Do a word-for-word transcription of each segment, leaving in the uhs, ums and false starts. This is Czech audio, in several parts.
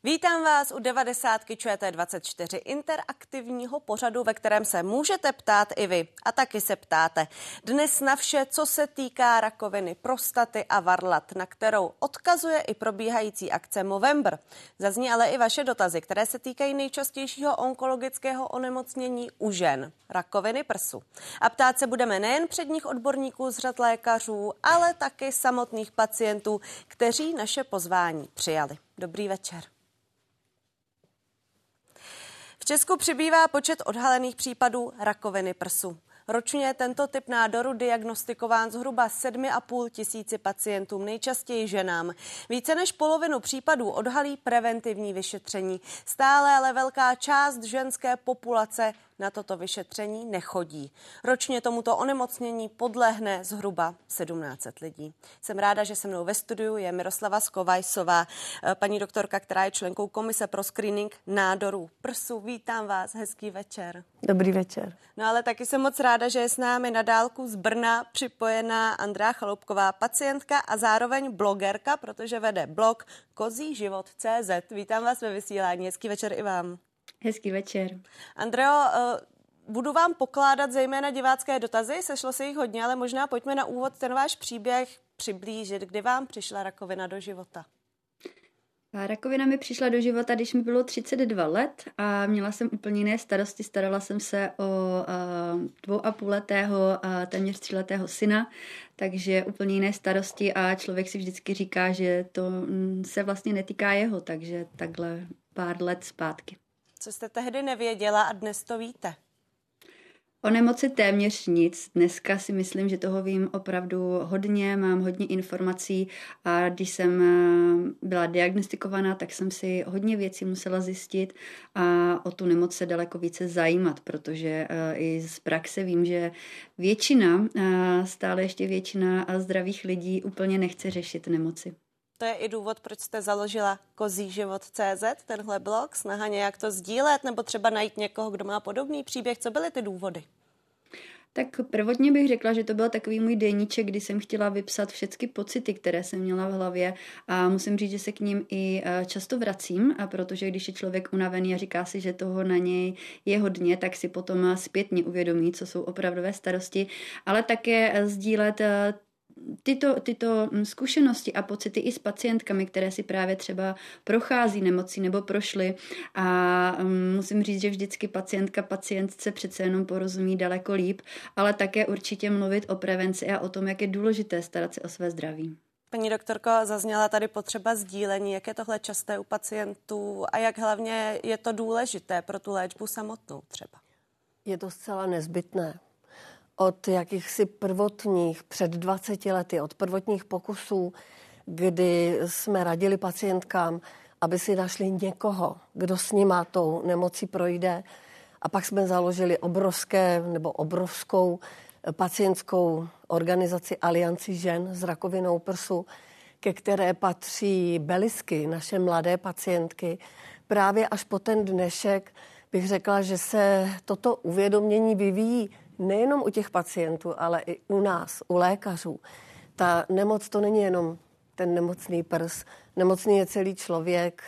Vítám vás u devadesátky ČT dvacet čtyři, interaktivního pořadu, ve kterém se můžete ptát i vy. A taky se ptáte. Dnes na vše, co se týká rakoviny prostaty a varlat, na kterou odkazuje i probíhající akce Movember. Zazní ale i vaše dotazy, které se týkají nejčastějšího onkologického onemocnění u žen, rakoviny prsu. A ptát se budeme nejen předních odborníků z řad lékařů, ale taky samotných pacientů, kteří naše pozvání přijali. Dobrý večer. V Česku přibývá počet odhalených případů rakoviny prsu. Ročně je tento typ nádoru diagnostikován zhruba sedmi a půl tisíci pacientům, nejčastěji ženám. Více než polovinu případů odhalí preventivní vyšetření. Stále ale velká část ženské populace na toto vyšetření nechodí. Ročně tomuto onemocnění podlehne zhruba sedmnáct set lidí. Jsem ráda, že se mnou ve studiu je Miroslava Skovajsová, paní doktorka, která je členkou komise pro screening nádorů prsu. Vítám vás, hezký večer. Dobrý večer. No ale taky jsem moc ráda, že je s námi na dálku z Brna připojená Andrea Chaloupková, pacientka a zároveň blogerka, protože vede blog kozí život tečka cé zet. Vítám vás ve vysílání, hezký večer i vám. Hezký večer. Andreo, budu vám pokládat zejména divácké dotazy, sešlo se jich hodně, ale možná pojďme na úvod ten váš příběh přiblížit. Kdy vám přišla rakovina do života? Rakovina mi přišla do života, když mi bylo třicet dva let a měla jsem úplně jiné starosti. Starala jsem se o dvou a půl letého, téměř tříletého syna, takže úplně jiné starosti a člověk si vždycky říká, že to se vlastně netýká jeho, takže takhle pár let zpátky. Co jste tehdy nevěděla a dnes to víte? O nemoci téměř nic. Dneska si myslím, že toho vím opravdu hodně, mám hodně informací a když jsem byla diagnostikovaná, tak jsem si hodně věcí musela zjistit a o tu nemoc se daleko více zajímat, protože i z praxe vím, že většina, stále ještě většina zdravých lidí úplně nechce řešit nemoci. To je i důvod, proč jste založila kozí život tečka cé zet, tenhle blog, snaha nějak to sdílet nebo třeba najít někoho, kdo má podobný příběh. Co byly ty důvody? Tak prvotně bych řekla, že to byl takový můj deníček, kdy jsem chtěla vypsat všechny pocity, které jsem měla v hlavě a musím říct, že se k ním i často vracím, a protože když je člověk unavený a říká si, že toho na něj je hodně, tak si potom zpětně uvědomí, co jsou opravdové starosti, ale také sdílet Tyto, tyto zkušenosti a pocity i s pacientkami, které si právě třeba prochází nemocí nebo prošly a um, musím říct, že vždycky pacientka pacientce přece jenom porozumí daleko líp, ale také určitě mluvit o prevenci a o tom, jak je důležité starat se o své zdraví. Paní doktorko, zazněla tady potřeba sdílení, jak je tohle časté u pacientů a jak hlavně je to důležité pro tu léčbu samotnou třeba? Je to zcela nezbytné. Od jakýchsi prvotních, před dvaceti lety, od prvotních pokusů, kdy jsme radili pacientkám, aby si našli někoho, kdo s nima tou nemocí projde. A pak jsme založili obrovské nebo obrovskou pacientskou organizaci Alianci žen s rakovinou prsu, ke které patří Belisky, naše mladé pacientky. Právě až po ten dnešek bych řekla, že se toto uvědomění vyvíjí nejenom u těch pacientů, ale i u nás, u lékařů. Ta nemoc to není jenom ten nemocný prs. Nemocný je celý člověk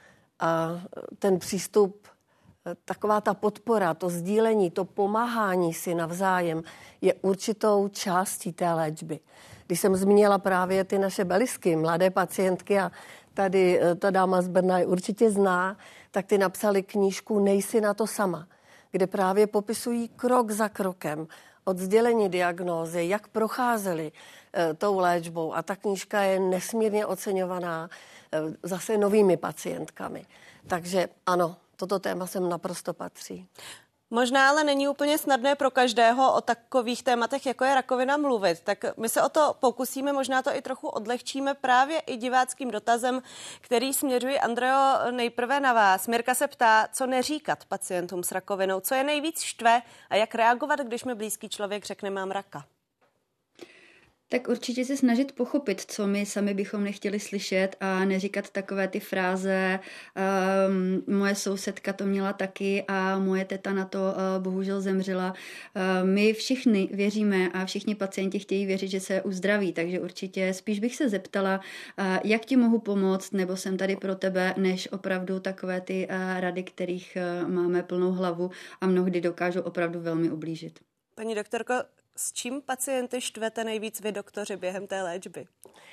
a ten přístup, taková ta podpora, to sdílení, to pomáhání si navzájem je určitou částí té léčby. Když jsem zmínila právě ty naše Belisky, mladé pacientky a tady ta dáma z Brna je určitě zná, tak ty napsali knížku Nejsi na to sama, kde právě popisují krok za krokem od sdělení diagnózy, jak procházeli e, tou léčbou. A ta knížka je nesmírně oceňovaná e, zase novými pacientkami. Takže ano, toto téma sem naprosto patří. Možná ale není úplně snadné pro každého o takových tématech, jako je rakovina, mluvit. Tak my se o to pokusíme, možná to i trochu odlehčíme právě i diváckým dotazem, který směřuji, Andreo, nejprve na vás. Mirka se ptá, co neříkat pacientům s rakovinou, co je nejvíc štve a jak reagovat, když mi blízký člověk řekne, mám raka. Tak určitě se snažit pochopit, co my sami bychom nechtěli slyšet a neříkat takové ty fráze um, moje sousedka to měla taky a moje teta na to uh, bohužel zemřela. Uh, my všichni věříme a všichni pacienti chtějí věřit, že se uzdraví, takže určitě spíš bych se zeptala, uh, jak ti mohu pomoct, nebo jsem tady pro tebe, než opravdu takové ty uh, rady, kterých uh, máme plnou hlavu a mnohdy dokážou opravdu velmi ublížit. Paní doktorko, s čím pacienty štvete nejvíc vy, doktoři, během té léčby?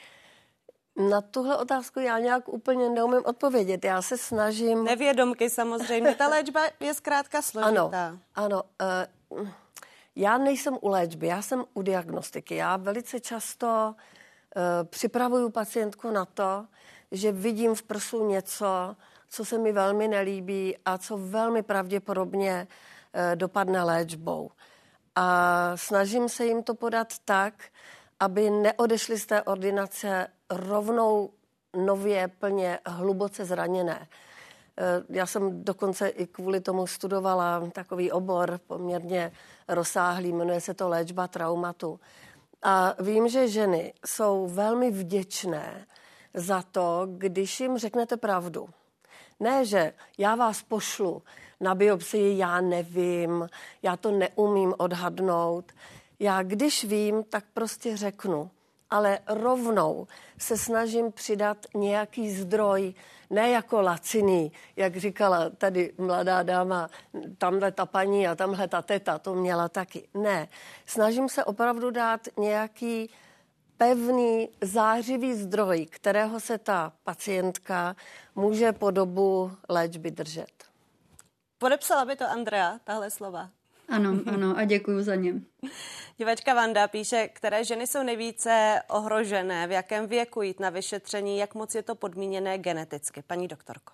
Na tuhle otázku já nějak úplně neumím odpovědět. Já se snažím... Nevědomky samozřejmě. Ta léčba je zkrátka složitá. Ano, ano. Uh, já nejsem u léčby, já jsem u diagnostiky. Já velice často uh, připravuju pacientku na to, že vidím v prsu něco, co se mi velmi nelíbí a co velmi pravděpodobně uh, dopadne léčbou. A snažím se jim to podat tak, aby neodešli z té ordinace rovnou nově plně hluboce zraněné. Já jsem dokonce i kvůli tomu studovala takový obor poměrně rozsáhlý, jmenuje se to léčba traumatu. A vím, že ženy jsou velmi vděčné za to, když jim řeknete pravdu. Ne, že já vás pošlu na biopsii, já nevím, já to neumím odhadnout. Já když vím, tak prostě řeknu, ale rovnou se snažím přidat nějaký zdroj, ne jako laciný, jak říkala tady mladá dáma, tamhle ta paní a tamhle ta teta, to měla taky. Ne, snažím se opravdu dát nějaký pevný zářivý zdroj, kterého se ta pacientka může po dobu léčby držet. Podepsala by to Andrea, tahle slova? Ano, ano a děkuju za ně. Divačka Vanda píše, které ženy jsou nejvíce ohrožené, v jakém věku jít na vyšetření, jak moc je to podmíněné geneticky. Paní doktorko.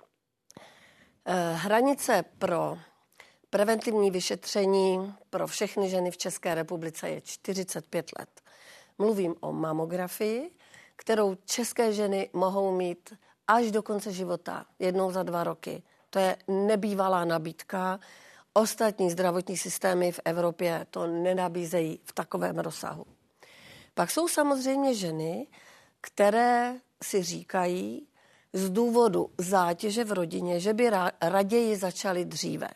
Hranice pro preventivní vyšetření pro všechny ženy v České republice je čtyřicet pět let. Mluvím o mamografii, kterou české ženy mohou mít až do konce života, jednou za dva roky. To je nebývalá nabídka. Ostatní zdravotní systémy v Evropě to nenabízejí v takovém rozsahu. Pak jsou samozřejmě ženy, které si říkají z důvodu zátěže v rodině, že by raději začaly dříve.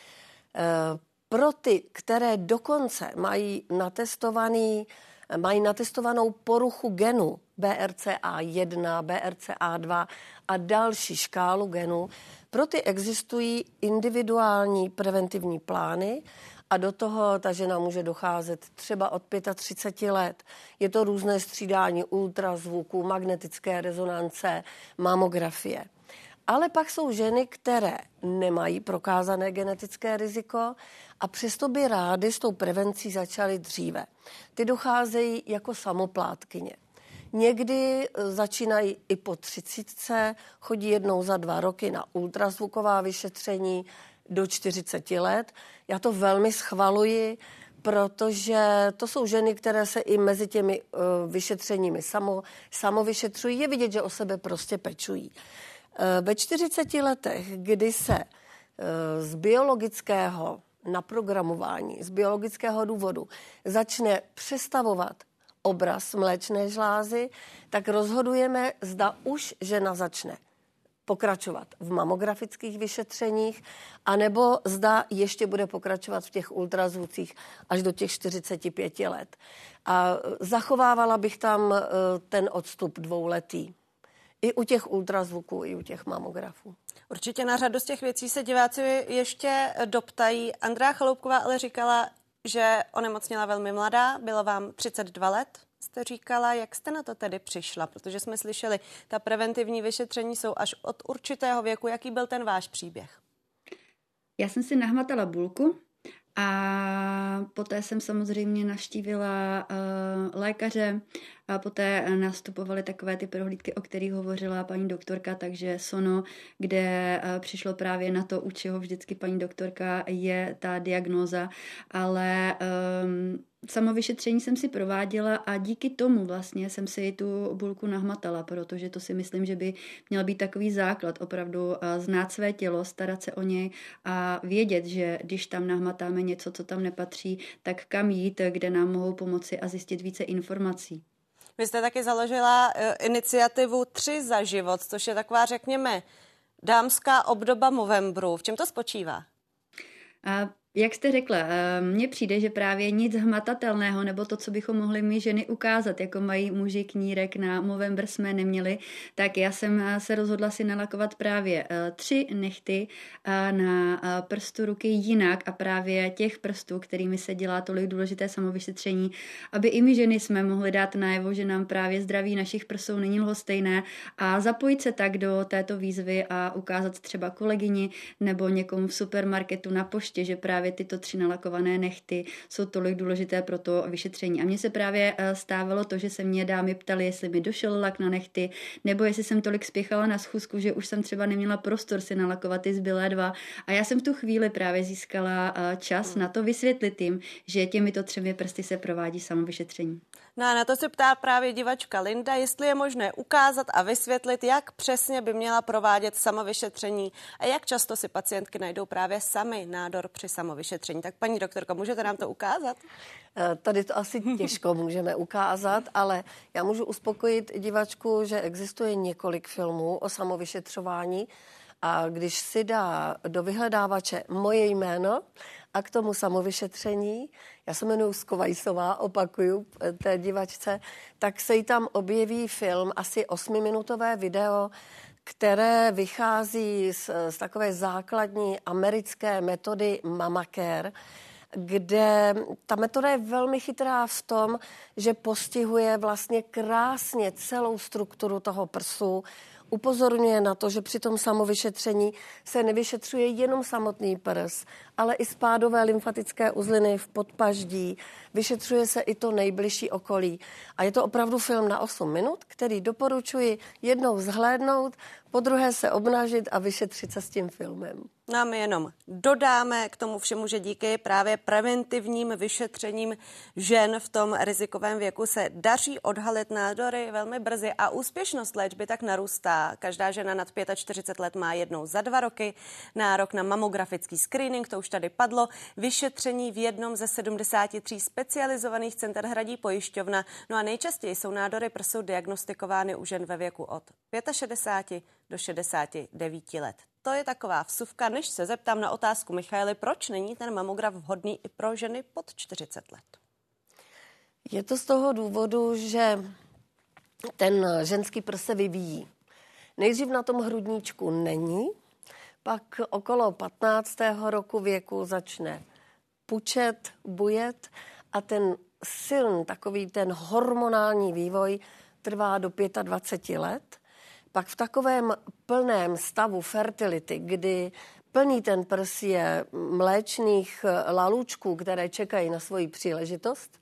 Pro ty, které dokonce mají natestovaný mají natestovanou poruchu genu B R C A jedna, B R C A dva a další škálu genů. Pro ty existují individuální preventivní plány a do toho ta žena může docházet třeba od třicet pět let. Je to různé střídání ultrazvuku, magnetické rezonance, mamografie. Ale pak jsou ženy, které nemají prokázané genetické riziko a přesto by rády s tou prevencí začaly dříve. Ty docházejí jako samoplátkyně. Někdy začínají i po třicítce, chodí jednou za dva roky na ultrazvuková vyšetření do čtyřicet let. Já to velmi schvaluji, protože to jsou ženy, které se i mezi těmi uh, vyšetřeními samo, samovyšetřují. Je vidět, že o sebe prostě pečují. Ve čtyřiceti letech, kdy se z biologického naprogramování, z biologického důvodu začne přestavovat obraz mléčné žlázy, tak rozhodujeme, zda už žena začne pokračovat v mamografických vyšetřeních, anebo zda ještě bude pokračovat v těch ultrazvucích až do těch čtyřiceti pěti let. A zachovávala bych tam ten odstup dvouletý. I u těch ultrazvuků, i u těch mamografů. Určitě na řadu z těch věcí se diváci ještě doptají. Andrea Chaloupková ale říkala, že onemocněla velmi mladá, bylo vám třicet dva let, jste říkala. Jak jste na to tedy přišla? Protože jsme slyšeli, ta preventivní vyšetření jsou až od určitého věku. Jaký byl ten váš příběh? Já jsem si nahmatala bulku a poté jsem samozřejmě navštívila uh, lékaře A poté nastupovaly takové ty prohlídky, o kterých hovořila paní doktorka, takže sono, kde přišlo právě na to, u čeho vždycky paní doktorka je ta diagnóza, ale um, samovyšetření jsem si prováděla a díky tomu vlastně jsem si tu bulku nahmatala, protože to si myslím, že by měl být takový základ, opravdu znát své tělo, starat se o něj a vědět, že když tam nahmatáme něco, co tam nepatří, tak kam jít, kde nám mohou pomoci a zjistit více informací. Vy jste taky založila iniciativu Tři za život, což je taková, řekněme, dámská obdoba Movembru. V čem to spočívá? A jak jste řekla, mně přijde, že právě nic hmatatelného nebo to, co bychom mohli my ženy ukázat, jako mají muži knírek na Movember jsme neměli, tak já jsem se rozhodla si nalakovat právě tři nehty na prstu ruky jinak a právě těch prstů, kterými se dělá tolik důležité samovyšetření, aby i my ženy jsme mohli dát najevo, že nám právě zdraví našich prsou není lhostejné a zapojit se tak do této výzvy a ukázat třeba kolegyni nebo někomu v supermarketu na poště, že právě tyto tři nalakované nehty jsou tolik důležité pro to vyšetření. A mně se právě stávalo to, že se mě dámy ptali, jestli mi došel lak na nehty, nebo jestli jsem tolik spěchala na schůzku, že už jsem třeba neměla prostor si nalakovat ty zbylé dva. A já jsem v tu chvíli právě získala čas na to vysvětlit jim, že těmito třemi prsty se provádí samovyšetření. No a na to se ptá právě divačka Linda, jestli je možné ukázat a vysvětlit, jak přesně by měla provádět samovyšetření a jak často si pacientky najdou právě sami nádor při samovyšetření. Tak paní doktorko, můžete nám to ukázat? Tady to asi těžko můžeme ukázat, ale já můžu uspokojit divačku, že existuje několik filmů o samovyšetřování a když si dá do vyhledávače moje jméno a k tomu samovyšetření, já se jmenuji Skovajsová, opakuju té divačce, tak se jí tam objeví film, asi osmiminutové video, které vychází z, z takové základní americké metody Mama Care, kde ta metoda je velmi chytrá v tom, že postihuje vlastně krásně celou strukturu toho prsu, upozorňuje na to, že při tom samovyšetření se nevyšetřuje jenom samotný prs, ale i spádové lymfatické uzliny v podpaždí, vyšetřuje se i to nejbližší okolí. A je to opravdu film na osm minut, který doporučuji jednou zhlédnout, podruhé se obnažit a vyšetřit se s tím filmem. No a my jenom dodáme k tomu všemu, že díky právě preventivním vyšetřením žen v tom rizikovém věku se daří odhalit nádory velmi brzy a úspěšnost léčby tak narůstá. Každá žena nad čtyřicet pět let má jednou za dva roky nárok na mamografický screening, to už tady padlo. Vyšetření v jednom ze sedmdesáti tří specializovaných center hradí pojišťovna. No a nejčastěji jsou nádory prsu diagnostikovány u žen ve věku od šedesáti pěti do šedesáti devíti let. To je taková vsuvka, než se zeptám na otázku Michaely, proč není ten mamograf vhodný i pro ženy pod čtyřicet let? Je to z toho důvodu, že ten ženský prs se vyvíjí. Nejdřív na tom hrudníčku není, pak okolo patnáctého roku věku začne pučet, bujet a ten silný, takový ten hormonální vývoj trvá do dvaceti pěti let. Pak v takovém plném stavu fertility, kdy plný ten prs je mléčných lalůčků, které čekají na svoji příležitost,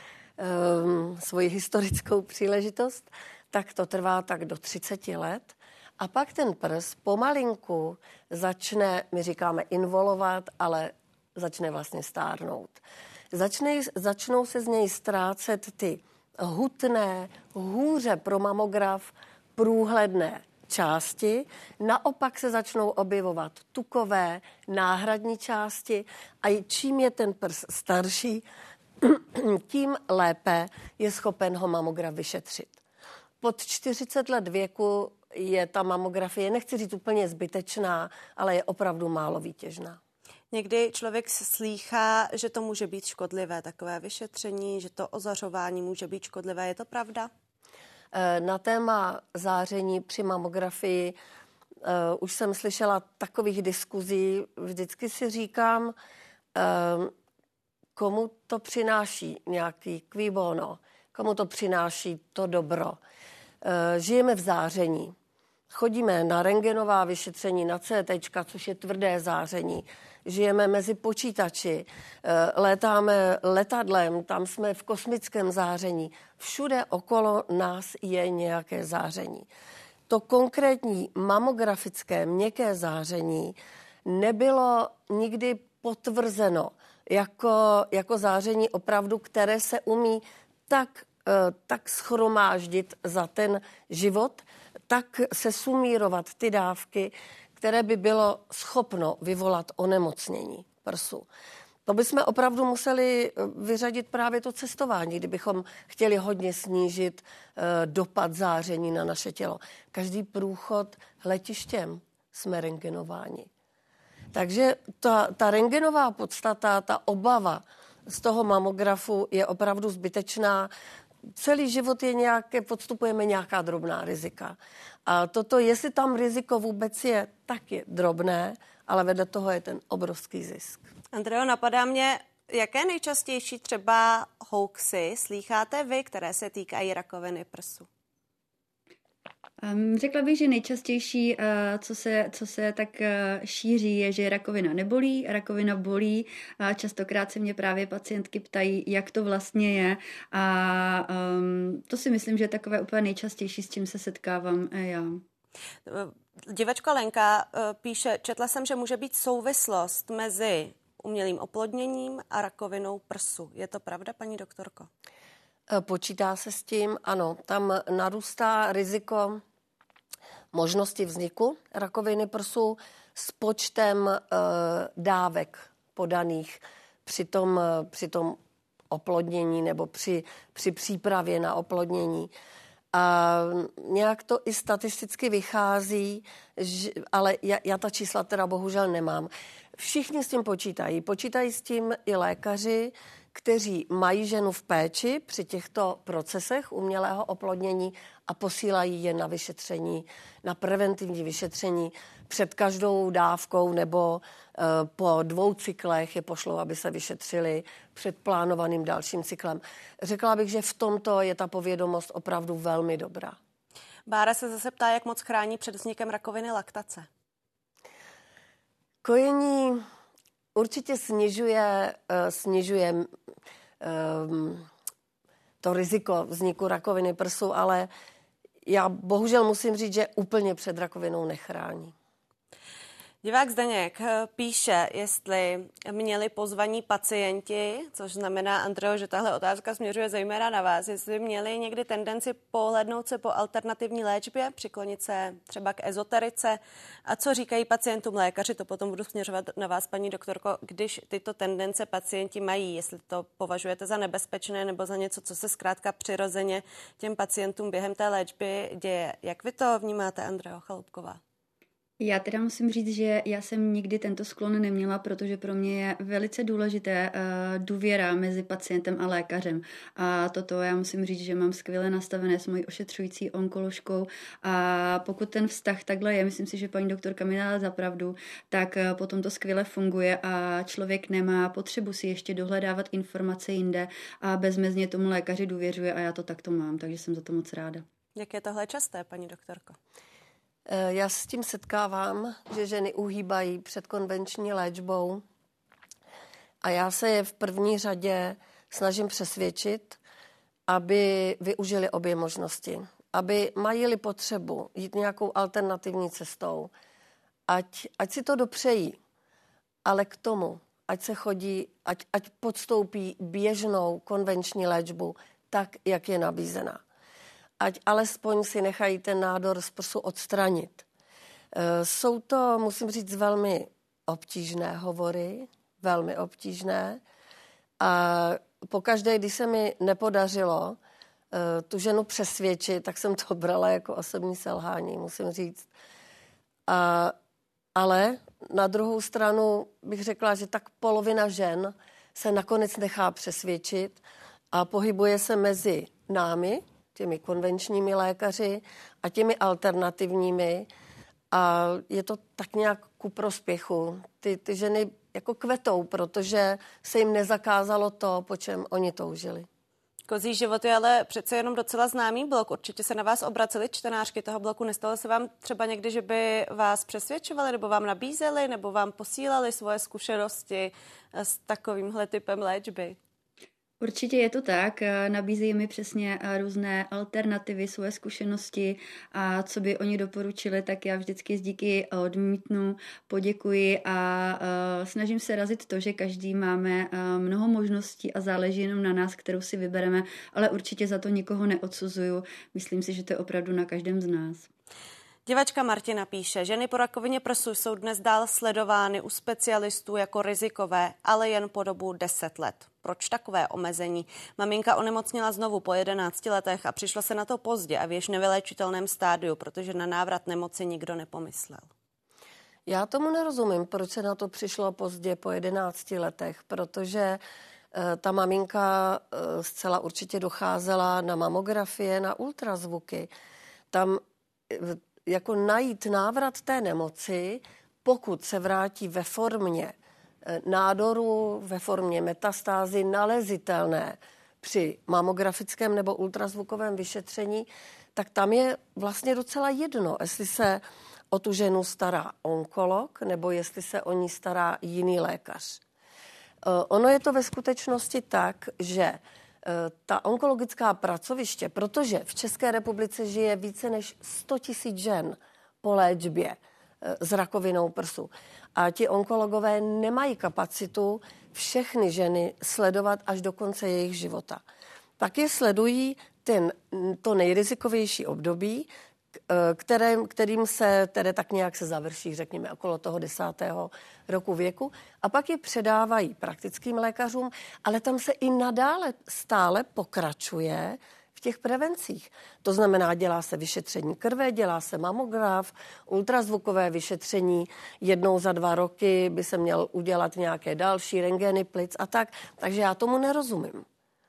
um, svoji historickou příležitost, tak to trvá tak do třiceti let. A pak ten prs pomalinku začne, my říkáme involovat, ale začne vlastně stárnout. Začne, začnou se z něj ztrácet ty hutné, hůře pro mamograf průhledné části, naopak se začnou objevovat tukové, náhradní části a čím je ten prs starší, tím lépe je schopen ho mamograf vyšetřit. Pod čtyřicet let věku je ta mamografie, nechci říct úplně zbytečná, ale je opravdu málo výtěžná. Někdy člověk slýchá, že to může být škodlivé, takové vyšetření, že to ozařování může být škodlivé. Je to pravda? Na téma záření při mamografii uh, už jsem slyšela takových diskuzí. Vždycky si říkám, uh, komu to přináší nějaký qui bono, komu to přináší to dobro. Uh, žijeme v záření. Chodíme na rentgenová vyšetření, na cé té, což je tvrdé záření. žijeme mezi počítači, létáme letadlem, tam jsme v kosmickém záření. Všude okolo nás je nějaké záření. To konkrétní mamografické měkké záření nebylo nikdy potvrzeno jako, jako záření opravdu, které se umí tak, tak schromáždit za ten život, tak se sumírovat ty dávky, které by bylo schopno vyvolat onemocnění prsu. To bychom opravdu museli vyřadit právě to cestování, kdybychom chtěli hodně snížit uh, dopad záření na naše tělo. Každý průchod letištěm jsme rentgenováni. Takže ta, ta rentgenová podstata, ta obava z toho mamografu je opravdu zbytečná. Celý život je nějaké, podstupujeme nějaká drobná rizika. A toto, jestli tam riziko vůbec je, tak je drobné, ale vedle toho je ten obrovský zisk. Andreo, napadá mě, jaké nejčastější třeba hoaxy slýcháte vy, které se týkají rakoviny prsu? Um, řekla bych, že nejčastější, uh, co, se, co se tak uh, šíří, je, že rakovina nebolí, rakovina bolí. Uh, častokrát se mě právě pacientky ptají, jak to vlastně je. A um, to si myslím, že je takové úplně nejčastější, s čím se setkávám já. Divačka Lenka uh, píše, četla jsem, že může být souvislost mezi umělým oplodněním a rakovinou prsu. Je to pravda, paní doktorko? Počítá se s tím, ano. Tam narůstá riziko možnosti vzniku rakoviny prsu s počtem e, dávek podaných při tom, při tom oplodnění nebo při, při přípravě na oplodnění. A nějak to i statisticky vychází, že, ale já, já ta čísla teda bohužel nemám. Všichni s tím počítají. Počítají s tím i lékaři, kteří mají ženu v péči při těchto procesech umělého oplodnění a posílají je na vyšetření, na preventivní vyšetření před každou dávkou nebo e, po dvou cyklech je pošlou, aby se vyšetřili před plánovaným dalším cyklem. Řekla bych, že v tomto je ta povědomost opravdu velmi dobrá. Bára se zase ptá, jak moc chrání před vznikem rakoviny laktace. Kojení určitě snižuje, uh, snižuje um, to riziko vzniku rakoviny prsu, ale já bohužel musím říct, že úplně před rakovinou nechrání. Divák Zdeněk píše, jestli měli pozvaní pacienti, což znamená, Andreo, že tahle otázka směřuje zejména na vás, jestli měli někdy tendenci pohlednout se po alternativní léčbě, přiklonit se třeba k ezoterice a co říkají pacientům lékaři, to potom budu směřovat na vás, paní doktorko, když tyto tendence pacienti mají, jestli to považujete za nebezpečné nebo za něco, co se zkrátka přirozeně těm pacientům během té léčby děje. Jak vy to vnímáte, Andreo Chaloupková? Já teda musím říct, že já jsem nikdy tento sklon neměla, protože pro mě je velice důležité uh, důvěra mezi pacientem a lékařem. A toto já musím říct, že mám skvěle nastavené s mojí ošetřující onkoložkou a pokud ten vztah takhle je, myslím si, že paní doktorka mi dala za pravdu, tak uh, potom to skvěle funguje a člověk nemá potřebu si ještě dohledávat informace jinde a bezmezně tomu lékaři důvěřuje a já to takto mám, takže jsem za to moc ráda. Jak je tohle časté, paní doktorko? Já se s tím setkávám, že ženy uhýbají před konvenční léčbou a já se je v první řadě snažím přesvědčit, aby využili obě možnosti. Aby mají-li potřebu jít nějakou alternativní cestou, ať, ať si to dopřejí, ale k tomu, ať se chodí, ať, ať podstoupí běžnou konvenční léčbu tak, jak je nabízená. Ať alespoň si nechají ten nádor z prsu odstranit. Jsou to, musím říct, velmi obtížné hovory, velmi obtížné. A pokaždé, když se mi nepodařilo tu ženu přesvědčit, tak jsem to brala jako osobní selhání, musím říct. A, ale na druhou stranu bych řekla, že tak polovina žen se nakonec nechá přesvědčit a pohybuje se mezi námi, těmi konvenčními lékaři a těmi alternativními a je to tak nějak ku prospěchu. Ty, ty ženy jako kvetou, protože se jim nezakázalo to, po čem oni toužili. Kozí život je ale přece jenom docela známý blog. Určitě se na vás obraceli čtenářky toho blogu. Nestalo se vám třeba někdy, že by vás přesvědčovali, nebo vám nabízeli, nebo vám posílali svoje zkušenosti s takovýmhle typem léčby? Určitě je to tak, nabízejí mi přesně různé alternativy, svoje zkušenosti a co by oni doporučili, tak já vždycky z díky odmítnu, poděkuji a snažím se razit to, že každý máme mnoho možností a záleží jenom na nás, kterou si vybereme, ale určitě za to nikoho neodsuzuju. Myslím si, že to je opravdu na každém z nás. Divačka Martina píše, ženy po rakovině prsu jsou dnes dál sledovány u specialistů jako rizikové, ale jen po dobu deset let. Proč takové omezení? Maminka onemocněla znovu po jedenácti letech a přišla se na to pozdě a v již nevyléčitelném stádiu, protože na návrat nemoci nikdo nepomyslel. Já tomu nerozumím, proč se na to přišlo pozdě po jedenácti letech, protože ta maminka zcela určitě docházela na mamografie, na ultrazvuky. Tam jako najít návrat té nemoci, pokud se vrátí ve formě nádoru, ve formě metastázy nalezitelné při mamografickém nebo ultrazvukovém vyšetření, tak tam je vlastně docela jedno, jestli se o tu ženu stará onkolog nebo jestli se o ní stará jiný lékař. Ono je to ve skutečnosti tak, že ta onkologická pracoviště, protože v České republice žije více než sto tisíc žen po léčbě s rakovinou prsu. A ti onkologové nemají kapacitu všechny ženy sledovat až do konce jejich života. Tak je sledují ten, to nejrizikovější období, kterým, kterým se tedy tak nějak se završí, řekněme, okolo toho desátého roku věku a pak je předávají praktickým lékařům, ale tam se i nadále stále pokračuje v těch prevencích. To znamená, dělá se vyšetření krve, dělá se mamograf, ultrazvukové vyšetření, jednou za dva roky by se měl udělat nějaké další rentgeny plic a tak, takže já tomu nerozumím.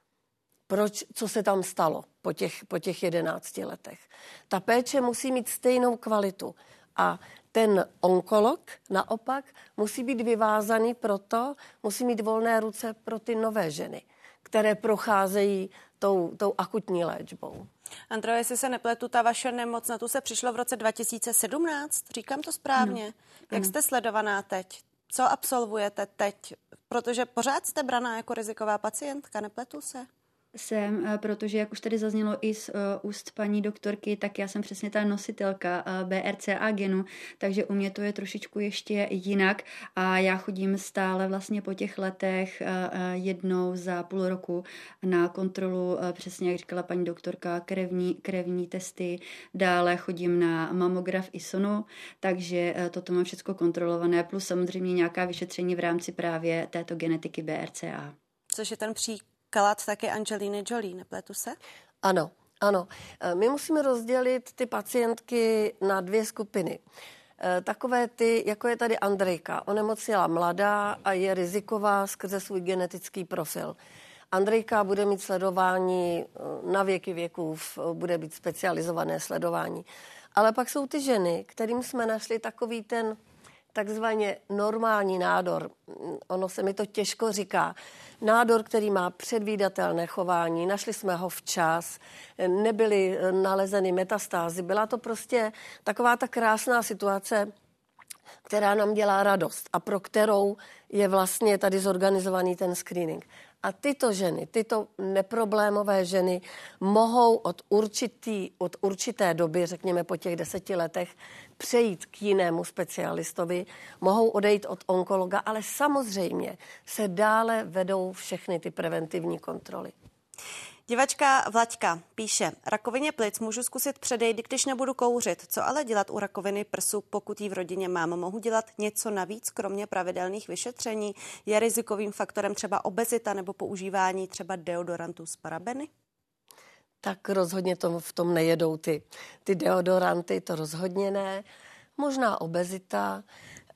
Proč, co se tam stalo po těch, po těch jedenácti letech. Ta péče musí mít stejnou kvalitu a ten onkolog naopak musí být vyvázaný proto, musí mít volné ruce pro ty nové ženy, které procházejí tou, tou akutní léčbou. Andro, jestli se nepletu, ta vaše nemoc, na tu se přišlo v roce dva tisíce sedmnáct, říkám to správně. No. Jak ano. jste sledovaná teď? Co absolvujete teď? Protože pořád jste braná jako riziková pacientka, nepletu se? Jsem, protože jak už tady zaznělo i z uh, úst paní doktorky, tak já jsem přesně ta nositelka uh, B R C A genu, takže u mě to je trošičku ještě jinak a já chodím stále vlastně po těch letech uh, jednou za půl roku na kontrolu, uh, přesně jak říkala paní doktorka, krevní, krevní testy, dále chodím na mamograf i sonu, takže uh, toto mám všechno kontrolované, plus samozřejmě nějaká vyšetření v rámci právě této genetiky B R C A. Což je ten příklad Kalát také Angeliny Jolie, nepletu se? Ano, ano. My musíme rozdělit ty pacientky na dvě skupiny. Takové ty, jako je tady Andrejka. Onemocněla mladá a je riziková skrze svůj genetický profil. Andrejka bude mít sledování na věky věků, bude být specializované sledování. Ale pak jsou ty ženy, kterým jsme našli takový ten takzvaně normální nádor. Ono se mi to těžko říká. Nádor, který má předvídatelné chování, našli jsme ho včas, nebyly nalezeny metastázy. Byla to prostě taková ta krásná situace, která nám dělá radost a pro kterou je vlastně tady zorganizovaný ten screening. A tyto ženy, tyto neproblémové ženy mohou od, určitý, od určité doby, řekněme po těch deseti letech, přejít k jinému specialistovi, mohou odejít od onkologa, ale samozřejmě se dále vedou všechny ty preventivní kontroly. Divačka Vlaďka píše, rakovině plic můžu zkusit předejít, když nebudu kouřit. Co ale dělat u rakoviny prsu, pokud ji v rodině mám? Mohu dělat něco navíc, kromě pravidelných vyšetření? Je rizikovým faktorem třeba obezita nebo používání třeba deodorantů s parabeny? Tak rozhodně to v tom nejedou ty, ty deodoranty, to rozhodně ne. Možná obezita.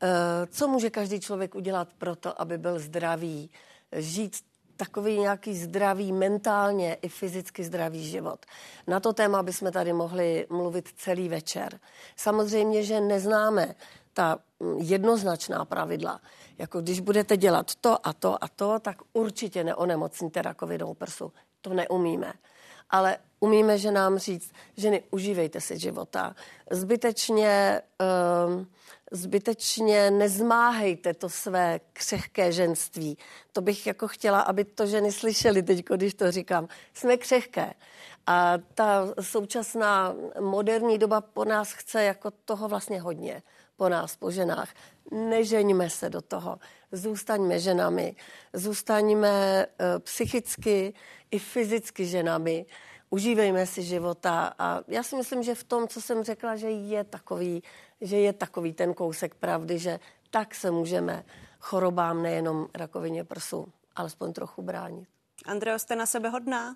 Co může každý člověk udělat pro to, aby byl zdravý? Žít takový nějaký zdravý, mentálně i fyzicky zdravý život. Na to téma bychom tady mohli mluvit celý večer. Samozřejmě, že neznáme ta jednoznačná pravidla, jako když budete dělat to a to a to, tak určitě neonemocníte rakovinou prsu. To neumíme. Ale umíme ženám říct, ženy, užívejte si života. Zbytečně, um, zbytečně nezmáhejte to své křehké ženství. To bych jako chtěla, aby to ženy slyšely teď, když to říkám. Jsme křehké. A ta současná moderní doba po nás chce jako toho vlastně hodně. Po nás, po ženách. Nežeňme se do toho. Zůstaňme ženami. Zůstaňme uh, psychicky i fyzicky ženami. Užívejme si života. A já si myslím, že v tom, co jsem řekla, že je takový, že je takový ten kousek pravdy, že tak se můžeme chorobám, nejenom rakovině prsu, alespoň trochu bránit. Andreo, jste na sebe hodná?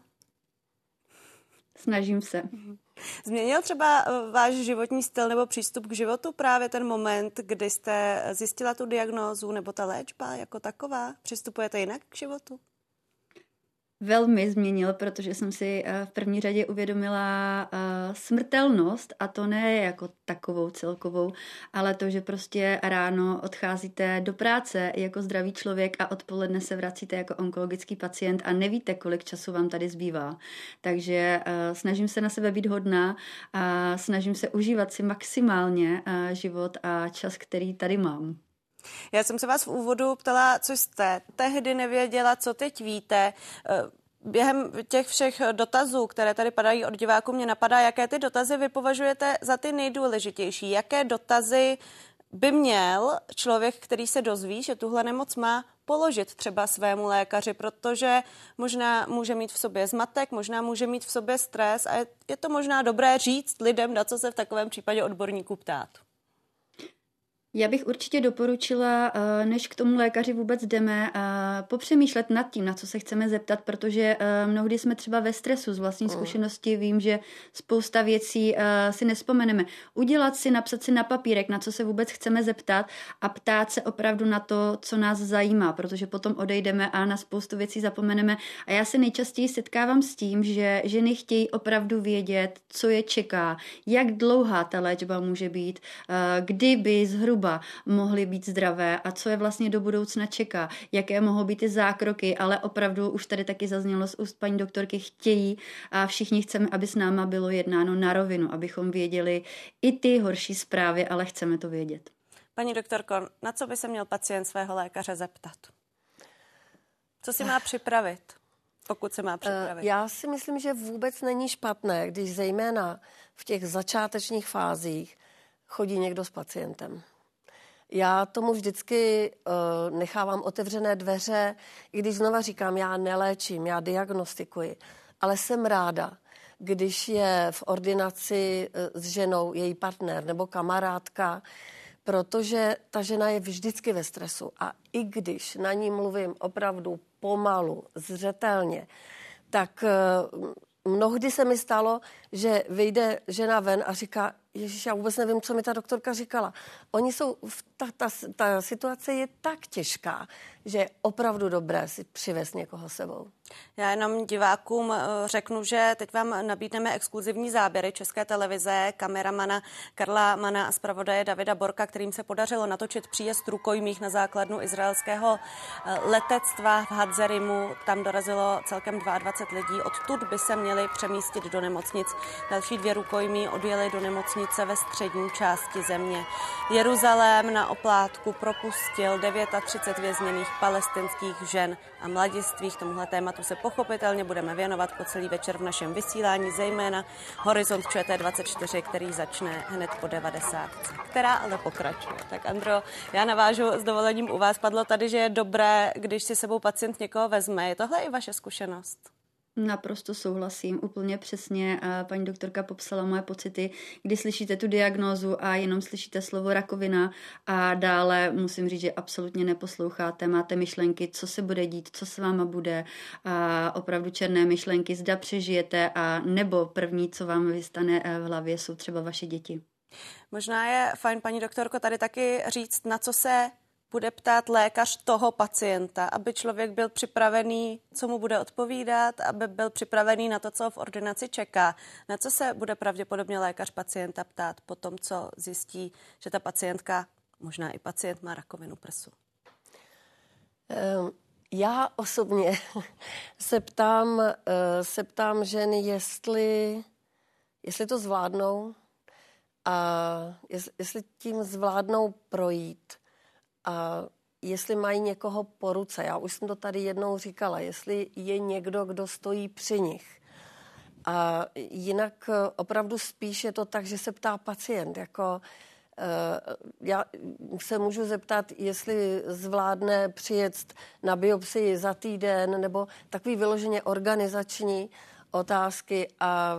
Snažím se. Změnil třeba váš životní styl nebo přístup k životu právě ten moment, kdy jste zjistila tu diagnózu nebo ta léčba jako taková? Přistupujete jinak k životu? Velmi změnil, protože jsem si v první řadě uvědomila smrtelnost, a to ne jako takovou celkovou, ale to, že prostě ráno odcházíte do práce jako zdravý člověk a odpoledne se vracíte jako onkologický pacient a nevíte, kolik času vám tady zbývá. Takže snažím se na sebe být hodná a snažím se užívat si maximálně život a čas, který tady mám. Já jsem se vás v úvodu ptala, co jste tehdy nevěděla, co teď víte. Během těch všech dotazů, které tady padají od diváků, mě napadá, jaké ty dotazy vy považujete za ty nejdůležitější. Jaké dotazy by měl člověk, který se dozví, že tuhle nemoc má, položit třeba svému lékaři, protože možná může mít v sobě zmatek, možná může mít v sobě stres a je to možná dobré říct lidem, na co se v takovém případě odborníků ptát. Já bych určitě doporučila, než k tomu lékaři vůbec jdeme, popřemýšlet nad tím, na co se chceme zeptat, protože mnohdy jsme třeba ve stresu. Z vlastní zkušenosti vím, že spousta věcí si nespomeneme. Udělat si, napsat si na papírek, na co se vůbec chceme zeptat a ptát se opravdu na to, co nás zajímá, protože potom odejdeme a na spoustu věcí zapomeneme. A já se nejčastěji setkávám s tím, že ženy chtějí opravdu vědět, co je čeká, jak dlouhá ta léčba může být, kdyby zhruba mohly být zdravé a co je vlastně do budoucna čeká, jaké mohou být ty zákroky, ale opravdu už tady taky zaznělo z úst paní doktorky, chtějí a všichni chceme, aby s náma bylo jednáno na rovinu, abychom věděli i ty horší zprávy, ale chceme to vědět. Paní doktorko, na co by se měl pacient svého lékaře zeptat? Co si má připravit, pokud se má připravit? Já si myslím, že vůbec není špatné, když zejména v těch začátečních fázích chodí někdo s pacientem. Já tomu vždycky uh, nechávám otevřené dveře, i když znova říkám, já neléčím, já diagnostikuji, ale jsem ráda, když je v ordinaci uh, s ženou její partner nebo kamarádka, protože ta žena je vždycky ve stresu a i když na ní mluvím opravdu pomalu, zřetelně, tak uh, mnohdy se mi stalo, že vyjde žena ven a říká, Ježíš, já vůbec nevím, co mi ta doktorka říkala. Oni jsou, ta, ta, ta situace je tak těžká, že je opravdu dobré si přivést někoho sebou. Já jenom divákům řeknu, že teď vám nabídneme exkluzivní záběry České televize, kameramana Karla Mana a zpravodaje Davida Borka, kterým se podařilo natočit příjezd rukojmích na základnu izraelského letectva v Hatzerimu. Tam dorazilo celkem dvacet dva lidí. Odtud by se měli přemístit do nemocnic. Další dvě rukojmí odjeli do nemocnice ve střední části země. Jeruzalém na oplátku propustil třicet devět vězněných palestinských žen a mladistvých. Tomuhle tématu se pochopitelně budeme věnovat po celý večer v našem vysílání, zejména Horizont Č T dvacet čtyři, který začne hned po devadesátce, která ale pokračuje. Tak Andro, já navážu s dovolením u vás. Padlo tady, že je dobré, když si sebou pacient někoho vezme. Je tohle i vaše zkušenost? Naprosto souhlasím, úplně přesně. Paní doktorka popsala moje pocity, kdy slyšíte tu diagnózu a jenom slyšíte slovo rakovina a dále musím říct, že absolutně neposloucháte, máte myšlenky, co se bude dít, co s váma bude a opravdu černé myšlenky, zda přežijete a nebo první, co vám vystane v hlavě, jsou třeba vaše děti. Možná je fajn, paní doktorko, tady taky říct, na co se bude ptát lékař toho pacienta, aby člověk byl připravený, co mu bude odpovídat, aby byl připravený na to, co v ordinaci čeká. Na co se bude pravděpodobně lékař pacienta ptát po tom, co zjistí, že ta pacientka možná i pacient má rakovinu prsu? Um. Já osobně se ptám, se ptám žen, jestli, jestli to zvládnou a jestli tím zvládnou projít a jestli mají někoho po ruce. Já už jsem to tady jednou říkala, jestli je někdo, kdo stojí při nich. A jinak opravdu spíš je to tak, že se ptá pacient, jako já se můžu zeptat, jestli zvládne přijet na biopsii za týden, nebo takový vyloženě organizační otázky a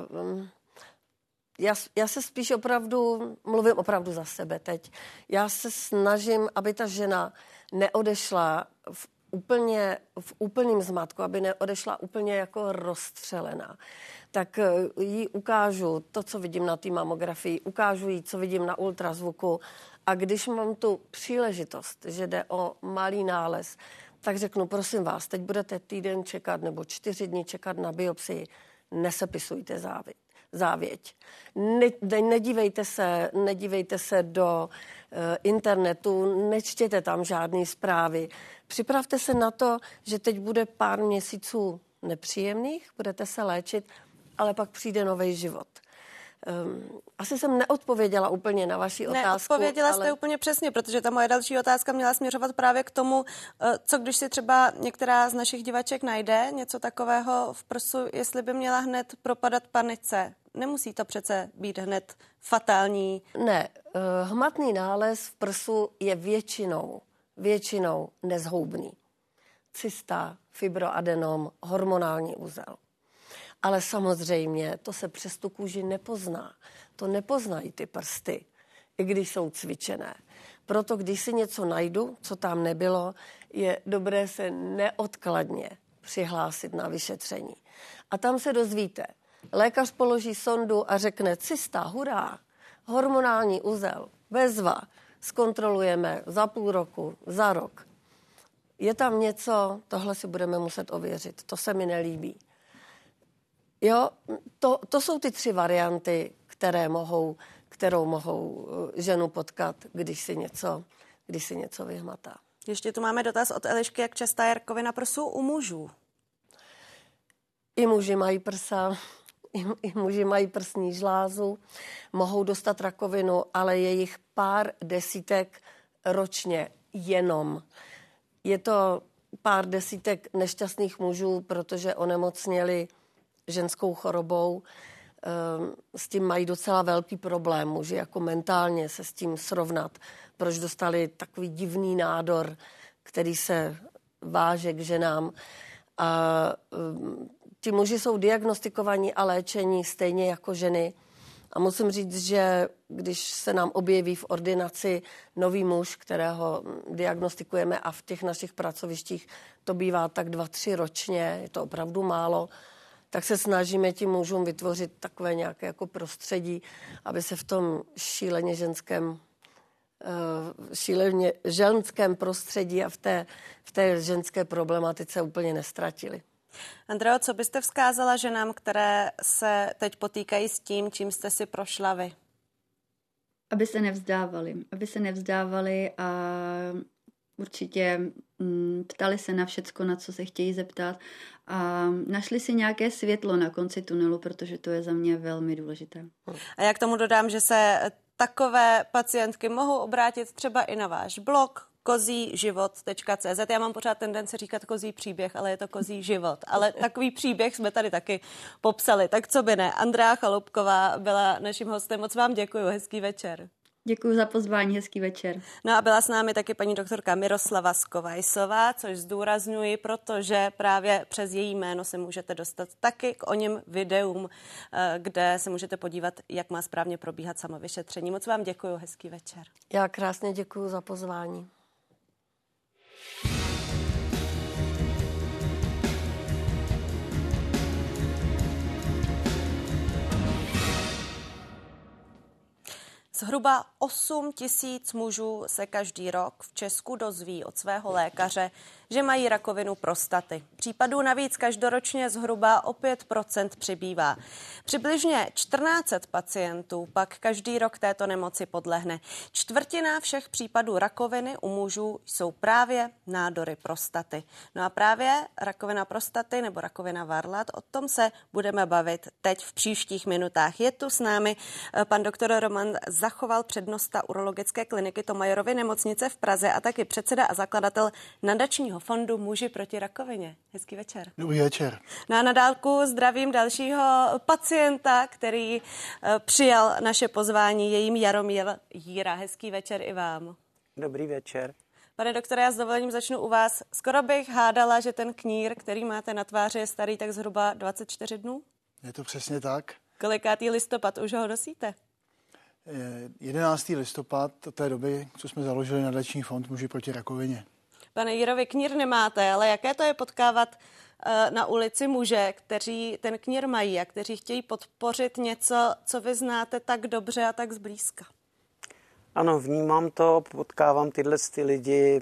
já, já se spíš opravdu, mluvím opravdu za sebe teď, já se snažím, aby ta žena neodešla v úplně v úplném zmatku, aby neodešla úplně jako rozstřelená. Tak jí ukážu to, co vidím na té mamografii, ukážu jí, co vidím na ultrazvuku a když mám tu příležitost, že jde o malý nález, tak řeknu, prosím vás, teď budete týden čekat nebo čtyři dny čekat na biopsii, nesepisujte závěť. závěť. Ne, ne, nedívejte se, nedívejte se do uh, internetu, nečtěte tam žádné zprávy. Připravte se na to, že teď bude pár měsíců nepříjemných, budete se léčit, ale pak přijde nový život. Um, asi jsem neodpověděla úplně na vaši otázku. Neodpověděla ale... jste úplně přesně, protože ta moje další otázka měla směřovat právě k tomu, co když si třeba některá z našich divaček najde něco takového v prsu, jestli by měla hned propadat panice. Nemusí to přece být hned fatální. Ne, hmatný nález v prsu je většinou, většinou nezhoubný. Cysta, fibroadenom, hormonální úzel. Ale samozřejmě to se přes tu kůži nepozná. To nepoznají ty prsty, i když jsou cvičené. Proto když si něco najdu, co tam nebylo, je dobré se neodkladně přihlásit na vyšetření. A tam se dozvíte. Lékař položí sondu a řekne cysta, hurá, hormonální úzel, bezva, zkontrolujeme za půl roku, za rok. Je tam něco, tohle si budeme muset ověřit, to se mi nelíbí. Jo, to, to jsou ty tři varianty, které mohou, kterou mohou ženu potkat, když si něco, když si něco vyhmatá. Ještě tu máme dotaz od Elišky, jak častá je rakovina prsu u mužů? I muži mají prsa, i, i muži mají prsní žlázu, mohou dostat rakovinu, ale je jich pár desítek ročně jenom. Je to pár desítek nešťastných mužů, protože onemocněli ženskou chorobou, s tím mají docela velký problém, muži jako mentálně se s tím srovnat, proč dostali takový divný nádor, který se váže k ženám. A ti muži jsou diagnostikovaní a léčení stejně jako ženy. A musím říct, že když se nám objeví v ordinaci nový muž, kterého diagnostikujeme a v těch našich pracovištích to bývá tak dva, tři ročně, je to opravdu málo, tak se snažíme tím mužům vytvořit takové nějaké jako prostředí, aby se v tom šíleně ženském, šíleně ženském prostředí a v té, v té ženské problematice úplně nestratili. Andreo, co byste vzkázala ženám, které se teď potýkají s tím, čím jste si prošla vy? Aby se nevzdávali. Aby se nevzdávali a určitě mm, ptali se na všecko, na co se chtějí zeptat a našli si nějaké světlo na konci tunelu, protože to je za mě velmi důležité. A já k tomu dodám, že se takové pacientky mohou obrátit třeba i na váš blog kozí život tečka cé zet. Já mám pořád tendenci říkat kozí příběh, ale je to kozí život. Ale takový příběh jsme tady taky popsali. Tak co by ne. Andrea Chaloupková byla naším hostem. Moc vám děkuju. Hezký večer. Děkuji za pozvání, hezký večer. No a byla s námi taky paní doktorka Miroslava Skovajsová, což zdůrazňuji, protože právě přes její jméno se můžete dostat taky k oněm videům, kde se můžete podívat, jak má správně probíhat samovyšetření. Moc vám děkuji, hezký večer. Já krásně děkuji za pozvání. Zhruba osm tisíc mužů se každý rok v Česku dozví od svého lékaře, že mají rakovinu prostaty. Případů navíc každoročně zhruba o pět procent přibývá. Přibližně čtrnáct set pacientů pak každý rok této nemoci podlehne. Čtvrtina všech případů rakoviny u mužů jsou právě nádory prostaty. No a právě rakovina prostaty nebo rakovina varlat, o tom se budeme bavit teď v příštích minutách. Je tu s námi pan doktor Roman Zachoval, přednosta urologické kliniky Thomayerovy nemocnice v Praze a taky předseda a zakladatel nadačního fondu Muži proti rakovině. Hezký večer. Dobrý večer. No a na dálku zdravím dalšího pacienta, který přijal naše pozvání, je jím Jaromír Jíra. Hezký večer i vám. Dobrý večer. Pane doktore, já s dovolením začnu u vás. Skoro bych hádala, že ten knír, který máte na tváři, je starý tak zhruba dvacet čtyři dnů? Je to přesně tak. Kolikátý listopad už ho nosíte? jedenáctý listopad té doby, co jsme založili nadační fond Muži proti rakovině. Pane Jírovi, knír nemáte, ale jaké to je potkávat na ulici muže, kteří ten knír mají a kteří chtějí podpořit něco, co vy znáte tak dobře a tak zblízka? Ano, vnímám to, potkávám tyhle ty lidi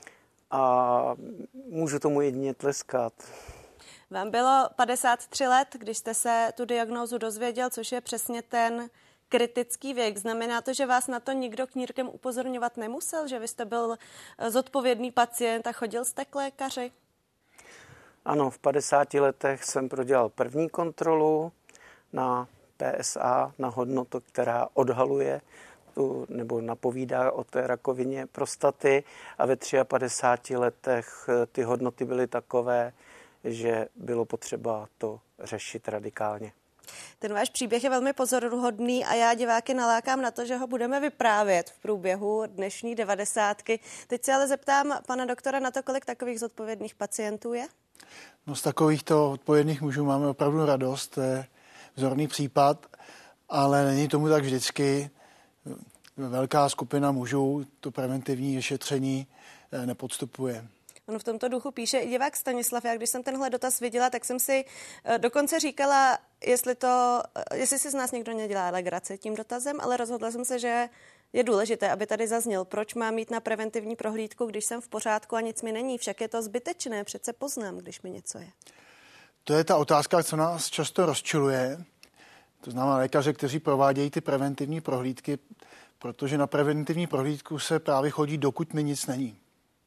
a můžu tomu jedině tleskat. Vám bylo padesát tři let, když jste se tu diagnózu dozvěděl, což je přesně ten kritický věk. Znamená to, že vás na to nikdo knírkem upozorňovat nemusel, že vy jste byl zodpovědný pacient a chodil jste k lékaři? Ano, v padesáti letech jsem prodělal první kontrolu na P S A, na hodnotu, která odhaluje tu, nebo napovídá o té rakovině prostaty, a ve padesát třech letech ty hodnoty byly takové, že bylo potřeba to řešit radikálně. Ten váš příběh je velmi pozoruhodný a já diváky nalákám na to, že ho budeme vyprávět v průběhu dnešní devadesátky. Teď se ale zeptám pana doktora na to, kolik takových zodpovědných pacientů je? No z takovýchto odpovědných mužů máme opravdu radost, to je vzorný případ, ale není tomu tak vždycky. Velká skupina mužů to preventivní vyšetření nepodstupuje. On v tomto duchu píše i divák Stanislav. Já když jsem tenhle dotaz viděla, tak jsem si dokonce říkala, jestli, to, jestli si z nás někdo nedělá legraci tím dotazem, ale rozhodla jsem se, že je důležité, aby tady zazněl, proč mám jít na preventivní prohlídku, když jsem v pořádku a nic mi není. Však je to zbytečné, přece poznám, když mi něco je. To je ta otázka, co nás často rozčiluje. To znamená lékaře, kteří provádějí ty preventivní prohlídky, protože na preventivní prohlídku se právě chodí, dokud mi nic není.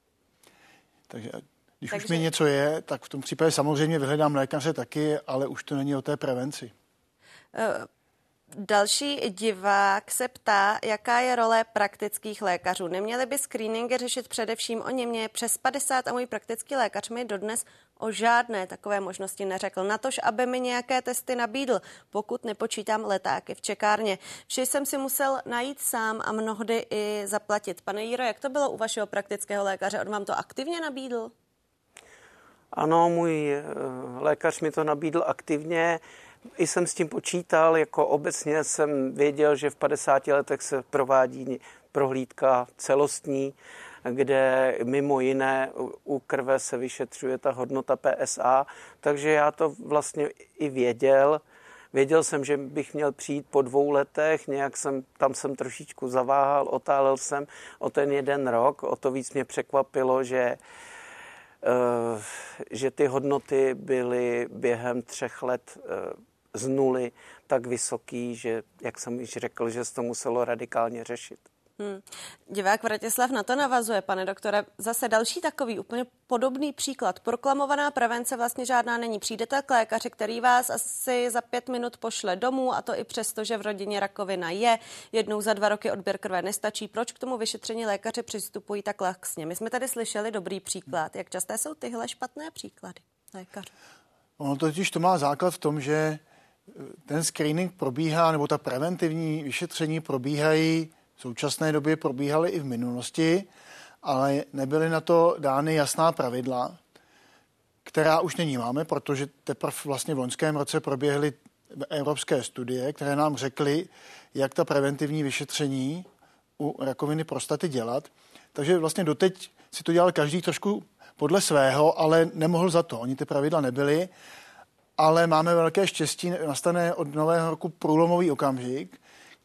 Takže když Takže... už mi něco je, tak v tom případě samozřejmě vyhledám lékaře taky, ale už to není o té prevenci. Uh... Další divák se ptá, jaká je role praktických lékařů. Neměli by screeningy řešit především oni? Mě je přes padesát a můj praktický lékař mi dodnes o žádné takové možnosti neřekl. Natož, aby mi nějaké testy nabídl, pokud nepočítám letáky v čekárně. Vše jsem si musel najít sám a mnohdy i zaplatit. Pane Jíro, jak to bylo u vašeho praktického lékaře? On vám to aktivně nabídl? Ano, můj lékař mi to nabídl aktivně. I jsem s tím počítal, jako obecně jsem věděl, že v padesáti letech se provádí prohlídka celostní, kde mimo jiné u krve se vyšetřuje ta hodnota P S A, takže já to vlastně i věděl. Věděl jsem, že bych měl přijít po dvou letech, nějak jsem, tam jsem trošičku zaváhal, otálel jsem o ten jeden rok, o to víc mě překvapilo, že že ty hodnoty byly během třech let z nuly tak vysoký, že, jak jsem již řekl, že se to muselo radikálně řešit. Hmm. Divák Vratislav na to navazuje, pane doktore. Zase další takový úplně podobný příklad. Proklamovaná prevence vlastně žádná není. Přijdete k lékaři, který vás asi za pět minut pošle domů, a to i přesto, že v rodině rakovina je. Jednou za dva roky odběr krve nestačí. Proč k tomu vyšetření lékaři přistupují tak laxně? My jsme tady slyšeli dobrý příklad. Jak časté jsou tyhle špatné příklady lékařů? Ono totiž to má základ v tom, že ten screening probíhá, nebo ta preventivní vyšetření probíhají v současné době, probíhaly i v minulosti, ale nebyly na to dány jasná pravidla, která už nyní máme, protože teprve vlastně v loňském roce proběhly evropské studie, které nám řekly, jak ta preventivní vyšetření u rakoviny prostaty dělat. Takže vlastně doteď si to dělal každý trošku podle svého, ale nemohl za to. Oni ty pravidla nebyly, ale máme velké štěstí, nastane od nového roku průlomový okamžik,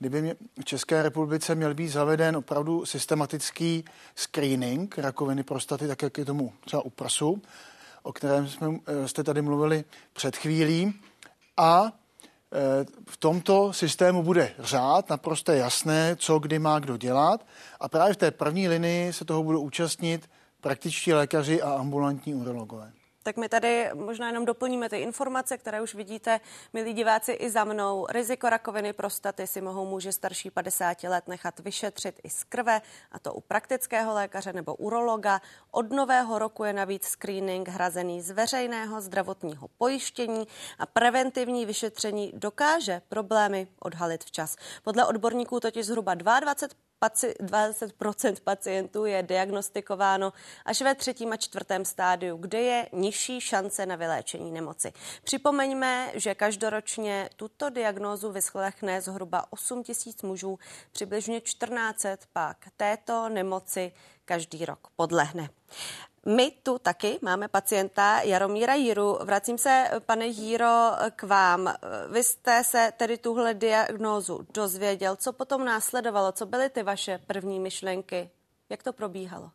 kdyby v České republice měl být zaveden opravdu systematický screening rakoviny prostaty, tak jak je tomu třeba u prsu, o kterém jsme, jste tady mluvili před chvílí. A v tomto systému bude řád, naprosto jasné, co kdy má kdo dělat. A právě v té první linii se toho budou účastnit praktičtí lékaři a ambulantní urologové. Tak my tady možná jenom doplníme ty informace, které už vidíte, milí diváci, i za mnou. Riziko rakoviny prostaty si mohou muži starší padesáti let nechat vyšetřit i z krve, a to u praktického lékaře nebo urologa. Od nového roku je navíc screening hrazený z veřejného zdravotního pojištění a preventivní vyšetření dokáže problémy odhalit včas. Podle odborníků totiž zhruba dvacet dva procent pacientů je diagnostikováno až ve třetím a čtvrtém stádiu, kde je nižší šance na vyléčení nemoci. Připomeňme, že každoročně tuto diagnózu vyslechne zhruba osm tisíc mužů, přibližně čtrnáct set pak této nemoci každý rok podlehne. My tu taky máme pacienta Jaromíra Jíru. Vracím se, pane Jíro, k vám. Vy jste se tedy tuhle diagnózu dozvěděl. Co potom následovalo? Co byly ty vaše první myšlenky? Jak to probíhalo?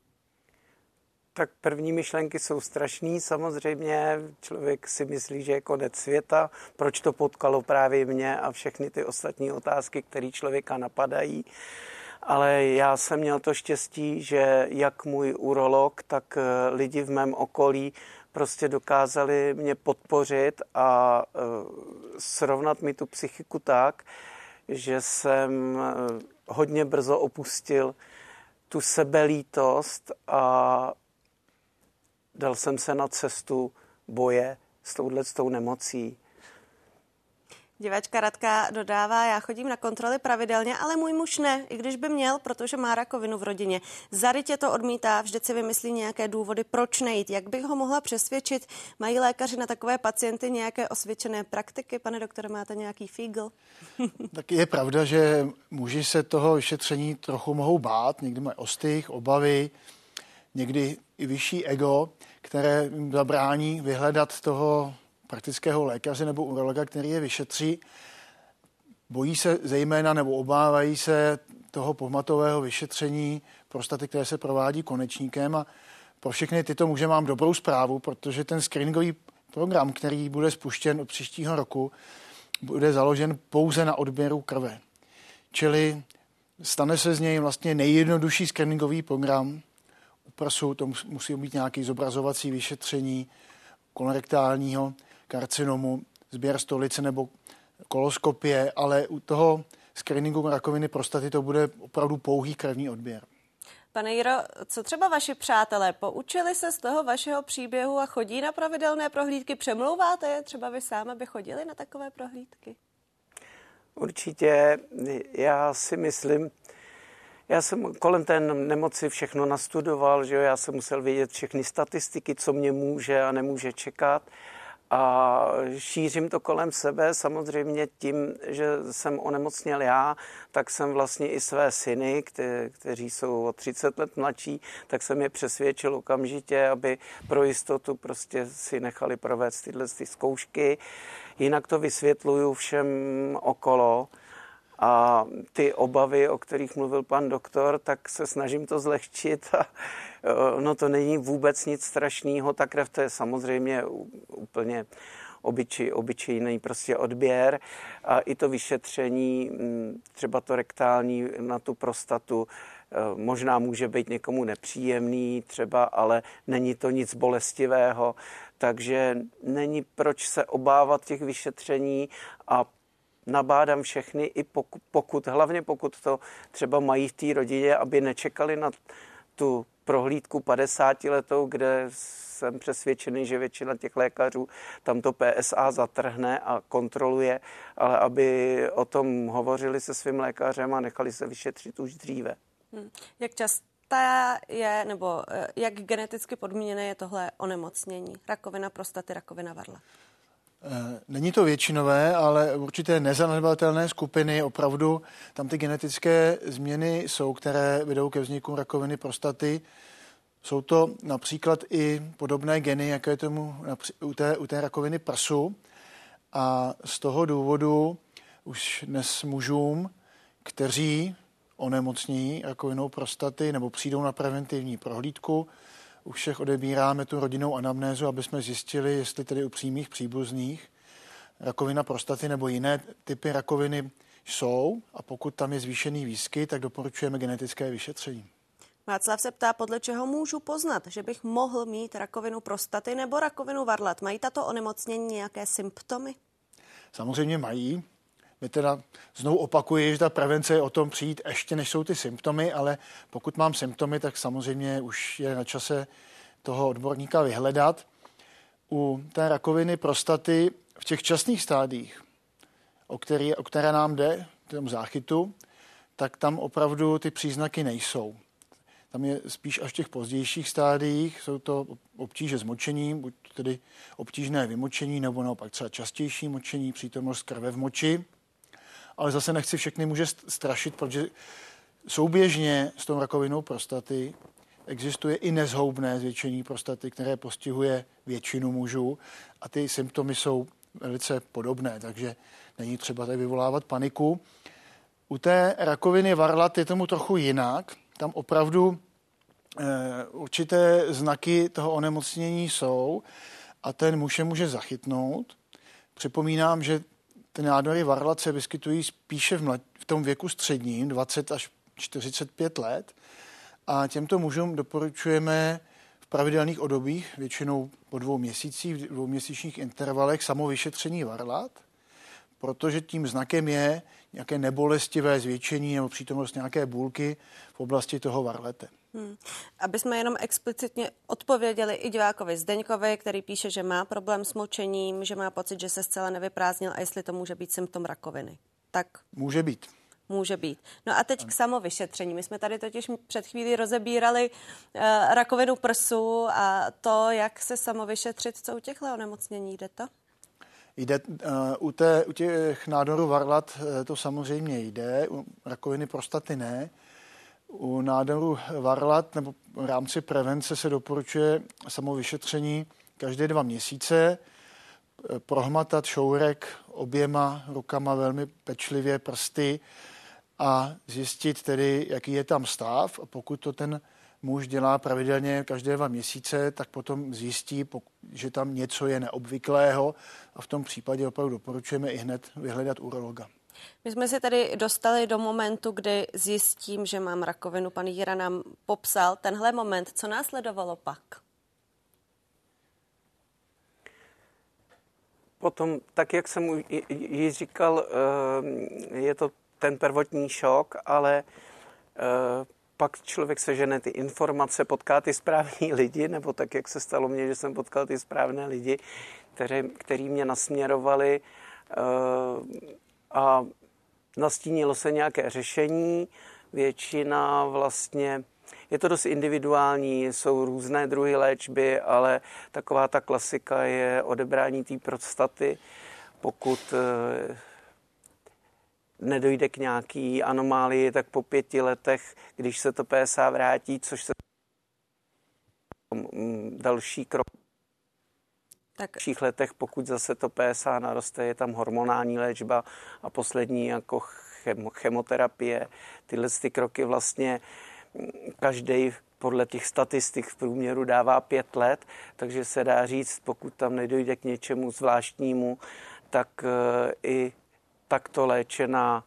Tak první myšlenky jsou strašný. Samozřejmě člověk si myslí, že je konec světa. Proč to potkalo právě mě a všechny ty ostatní otázky, které člověka napadají. Ale já jsem měl to štěstí, že jak můj urolog, tak lidi v mém okolí prostě dokázali mě podpořit a srovnat mi tu psychiku tak, že jsem hodně brzo opustil tu sebelítost a dal jsem se na cestu boje s touhletou nemocí. Diváčka Radka dodává, já chodím na kontroly pravidelně, ale můj muž ne, i když by měl, protože má rakovinu v rodině. Zarytě to odmítá, vždyť si vymyslí nějaké důvody, proč nejít. Jak bych ho mohla přesvědčit? Mají lékaři na takové pacienty nějaké osvědčené praktiky? Pane doktore, máte nějaký fígl? Tak je pravda, že muži se toho vyšetření trochu mohou bát, někdy mají ostych, obavy, někdy i vyšší ego, které jim zabrání vyhledat toho praktického lékaře nebo urologa, který je vyšetří. Bojí se zejména nebo obávají se toho pohmatového vyšetření prostaty, které se provádí konečníkem, a pro všechny tyto muže mám dobrou zprávu, protože ten screeningový program, který bude spuštěn od příštího roku, bude založen pouze na odběru krve. Čili stane se z něj vlastně nejjednodušší screeningový program. U prsu to musí být nějaký zobrazovací vyšetření kolorektálního karcinomu, sběr stolice nebo koloskopie, ale u toho screeningu rakoviny prostaty to bude opravdu pouhý krevní odběr. Pane Jiro, co třeba vaši přátelé? Poučili se z toho vašeho příběhu a chodí na pravidelné prohlídky? Přemlouváte je třeba vy sám, aby chodili na takové prohlídky? Určitě. Já si myslím, já jsem kolem té nemoci všechno nastudoval, že jo? Já jsem musel vědět všechny statistiky, co mě může a nemůže čekat. A šířím to kolem sebe samozřejmě tím, že jsem onemocněl já, tak jsem vlastně i své syny, kte- kteří jsou o třicet let mladší, tak jsem je přesvědčil okamžitě, aby pro jistotu prostě si nechali provést tyhle ty zkoušky. Jinak to vysvětluju všem okolo. A ty obavy, o kterých mluvil pan doktor, tak se snažím to zlehčit. A no to není vůbec nic strašného. Ta krev, to je samozřejmě úplně obyčej, obyčejný prostě odběr. A i to vyšetření, třeba to rektální na tu prostatu, možná může být někomu nepříjemný třeba, ale není to nic bolestivého. Takže není proč se obávat těch vyšetření a nabádám všechny, i pokud, pokud, hlavně pokud to třeba mají v té rodině, aby nečekali na tu prohlídku padesátiletou, kde jsem přesvědčený, že většina těch lékařů tam to P S A zatrhne a kontroluje, ale aby o tom hovořili se svým lékařem a nechali se vyšetřit už dříve. Hmm. Jak častá je, nebo jak geneticky podmíněné je tohle onemocnění? Rakovina prostaty, rakovina varla. Není to většinové, ale určité nezanedbatelné skupiny, opravdu tam ty genetické změny jsou, které vedou ke vzniku rakoviny prostaty. Jsou to například i podobné geny, jako je tomu u té, u té rakoviny prsu. A z toho důvodu už dnes mužům, kteří onemocní rakovinou prostaty nebo přijdou na preventivní prohlídku. U všech odebíráme tu rodinnou anamnézu, aby jsme zjistili, jestli tedy u přímých příbuzných rakovina prostaty nebo jiné typy rakoviny jsou, a pokud tam je zvýšený výskyt, tak doporučujeme genetické vyšetření. Václav se ptá, podle čeho můžu poznat, že bych mohl mít rakovinu prostaty nebo rakovinu varlat. Mají tato onemocnění nějaké symptomy? Samozřejmě mají. My teda znovu opakuji, že ta prevence je o tom přijít ještě než jsou ty symptomy, ale pokud mám symptomy, tak samozřejmě už je na čase toho odborníka vyhledat. U té rakoviny prostaty v těch časných stádiích, o, který, o které nám jde, v tom záchytu, tak tam opravdu ty příznaky nejsou. Tam je spíš až v těch pozdějších stádiích, jsou to obtíže s močením, buď tedy obtížné vymočení, nebo naopak třeba častější močení, přítomnost krve v moči. Ale zase nechci všechny může strašit, protože souběžně s tou rakovinou prostaty existuje i nezhoubné zvětšení prostaty, které postihuje většinu mužů a ty symptomy jsou velice podobné, takže není třeba tady vyvolávat paniku. U té rakoviny varlat je tomu trochu jinak. Tam opravdu e, určité znaky toho onemocnění jsou a ten muž je může zachytnout. Připomínám, že ty nádory varlat se vyskytují spíše v, mlad, v tom věku středním, dvacet až čtyřicet pět let. A těmto mužům doporučujeme v pravidelných obdobích, většinou po dvou měsících, v dvouměsíčních intervalech, samovyšetření varlat, protože tím znakem je nějaké nebolestivé zvětšení nebo přítomnost nějaké bůlky v oblasti toho varlete. Hmm. Aby jsme jenom explicitně odpověděli i divákovi Zdeňkovi, který píše, že má problém s močením, že má pocit, že se zcela nevyprázdnil a jestli to může být symptom rakoviny. Tak může být. Může být. No a teď k samovyšetření. My jsme tady totiž před chvílí rozebírali uh, rakovinu prsu a to, jak se samovyšetřit, co u těchto onemocnění jde to? Jde, uh, u, té, u těch nádorů varlat uh, to samozřejmě jde, u rakoviny prostaty ne. U nádoru varlat nebo v rámci prevence se doporučuje samovyšetření každé dva měsíce, prohmatat šourek oběma rukama velmi pečlivě prsty a zjistit tedy, jaký je tam stav. A pokud to ten muž dělá pravidelně každé dva měsíce, tak potom zjistí, že tam něco je neobvyklého a v tom případě opravdu doporučujeme i hned vyhledat urologa. My jsme se tady dostali do momentu, kdy zjistím, že mám rakovinu. Pan Jíra nám popsal tenhle moment. Co následovalo pak? Potom, tak jak jsem ji říkal, je to ten prvotní šok, ale pak člověk sežene ty informace, potká ty správní lidi, nebo tak, jak se stalo mně, že jsem potkal ty správné lidi, který, který mě nasměrovali a nastínilo se nějaké řešení. Většina vlastně, je to dost individuální, jsou různé druhy léčby, ale taková ta klasika je odebrání té prostaty, pokud nedojde k nějaký anomálii, tak po pěti letech, když se to P S A vrátí, což se další krok tak. V dalších letech, pokud zase to P S A naroste, je tam hormonální léčba a poslední jako chem, chemoterapie. Tyhle ty kroky vlastně každý podle těch statistik v průměru dává pět let, takže se dá říct, pokud tam nedojde k něčemu zvláštnímu, tak i takto léčená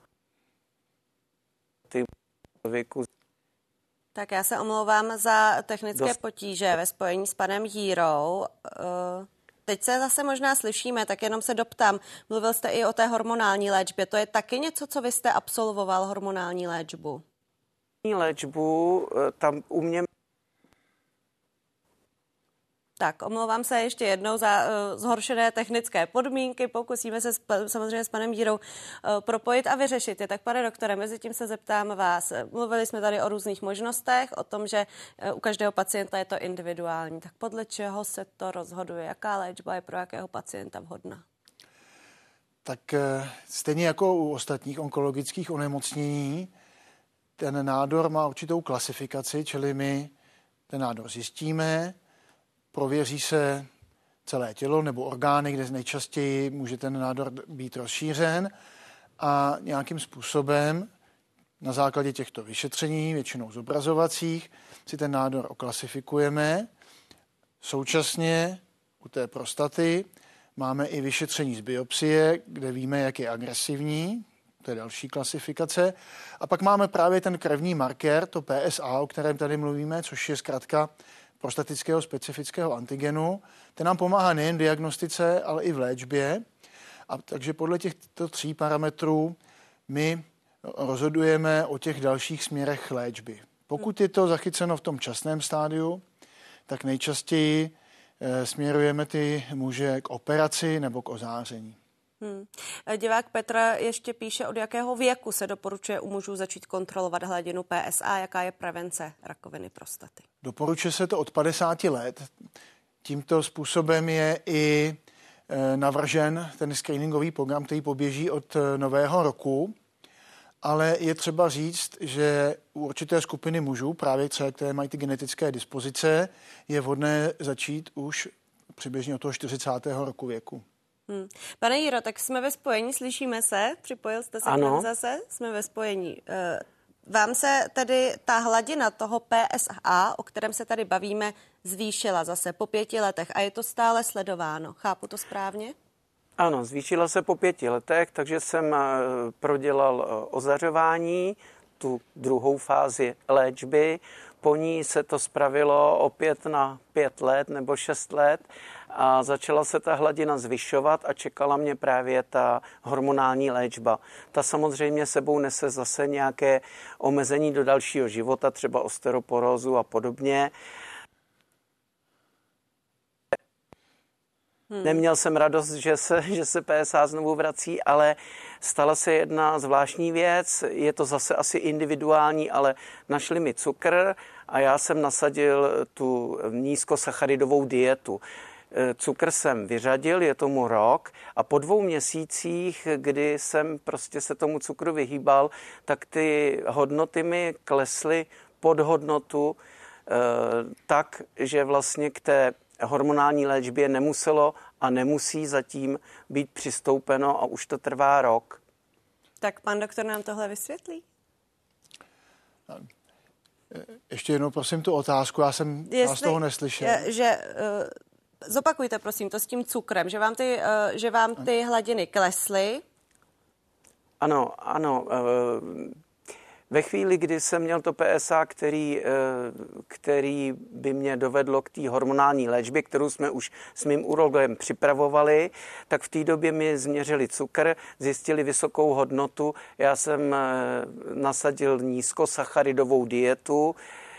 ty věku. Tak já se omlouvám za technické Dost... potíže ve spojení s panem Jírou. Teď se zase možná slyšíme, tak jenom se doptám. Mluvil jste i o té hormonální léčbě. To je taky něco, co vy jste absolvoval, hormonální léčbu? Léčbu tam u mě... Tak, omlouvám se ještě jednou za uh, zhoršené technické podmínky. Pokusíme se s, samozřejmě s panem Jírou uh, propojit a vyřešit je. Tak, pane doktore, mezi tím se zeptám vás. Mluvili jsme tady o různých možnostech, o tom, že uh, u každého pacienta je to individuální. Tak podle čeho se to rozhoduje? Jaká léčba je pro jakého pacienta vhodná? Tak uh, stejně jako u ostatních onkologických onemocnění, ten nádor má určitou klasifikaci, čili my ten nádor zjistíme, prověří se celé tělo nebo orgány, kde nejčastěji může ten nádor být rozšířen a nějakým způsobem na základě těchto vyšetření, většinou zobrazovacích, si ten nádor oklasifikujeme. Současně u té prostaty máme i vyšetření z biopsie, kde víme, jak je agresivní, to je další klasifikace. A pak máme právě ten krevní markér, to P S A, o kterém tady mluvíme, což je zkrátka prostatického specifického antigenu. Ten nám pomáhá nejen v diagnostice, ale i v léčbě. A takže podle těchto tří parametrů my rozhodujeme o těch dalších směrech léčby. Pokud je to zachyceno v tom časném stádiu, tak nejčastěji e, směrujeme ty muže k operaci nebo k ozáření. Hmm. Divák Petra ještě píše, od jakého věku se doporučuje u mužů začít kontrolovat hladinu P S A, jaká je prevence rakoviny prostaty. Doporučuje se to od padesáti let. Tímto způsobem je i e, navržen ten screeningový program, který poběží od e, nového roku. Ale je třeba říct, že u určité skupiny mužů, právě třeba, které mají ty genetické dispozice, je vhodné začít už přibližně od toho čtyřicátého roku věku. Hmm. Pane Jiro, tak jsme ve spojení, slyšíme se? Připojil jste se k nám zase? Jsme ve spojení. Vám se tedy ta hladina toho P S A, o kterém se tady bavíme, zvýšila zase po pěti letech a je to stále sledováno. Chápu to správně? Ano, zvýšila se po pěti letech, takže jsem prodělal ozařování, tu druhou fázi léčby. Po ní se to spravilo opět na pět let nebo šest let a začala se ta hladina zvyšovat a čekala mě právě ta hormonální léčba. Ta samozřejmě sebou nese zase nějaké omezení do dalšího života, třeba osteoporózu a podobně. Hmm. Neměl jsem radost, že se, že se P S A znovu vrací, ale stala se jedna zvláštní věc. Je to zase asi individuální, ale našli mi cukr a já jsem nasadil tu nízkosacharidovou dietu. Cukr jsem vyřadil, je tomu rok a po dvou měsících, kdy jsem prostě se tomu cukru vyhýbal, tak ty hodnoty mi klesly pod hodnotu tak, že vlastně k té hormonální léčbě nemuselo a nemusí zatím být přistoupeno a už to trvá rok. Tak pan doktor nám tohle vysvětlí? Ještě jednou prosím tu otázku, já jsem Jestli, vás toho neslyšel. Je, že, uh, zopakujte prosím to s tím cukrem, že vám ty, uh, že vám ty hladiny klesly. Ano, ano. Uh, Ve chvíli, kdy jsem měl to P S A, který, který by mě dovedlo k té hormonální léčbě, kterou jsme už s mým urologem připravovali, tak v té době mi změřili cukr, zjistili vysokou hodnotu. Já jsem nasadil nízkosacharidovou dietu,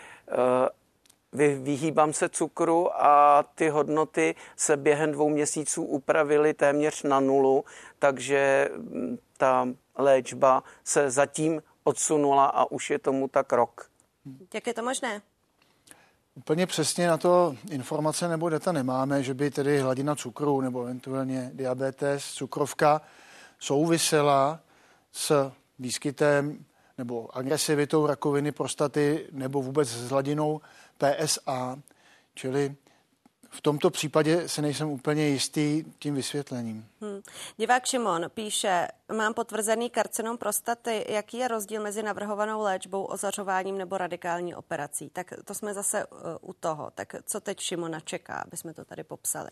vyhýbám se cukru a ty hodnoty se během dvou měsíců upravily téměř na nulu, takže ta léčba se zatím odsunula a už je tomu tak rok. Jak je to možné? Úplně přesně na to informace nebo data nemáme, že by tedy hladina cukru nebo eventuálně diabetes, cukrovka souvisela s výskytem nebo agresivitou rakoviny prostaty nebo vůbec s hladinou P S A. Čili v tomto případě se nejsem úplně jistý tím vysvětlením. Hmm. Divák Šimon píše, mám potvrzený karcinom prostaty. Jaký je rozdíl mezi navrhovanou léčbou, ozařováním nebo radikální operací? Tak to jsme zase uh, u toho. Tak co teď Šimona čeká, aby jsme to tady popsali?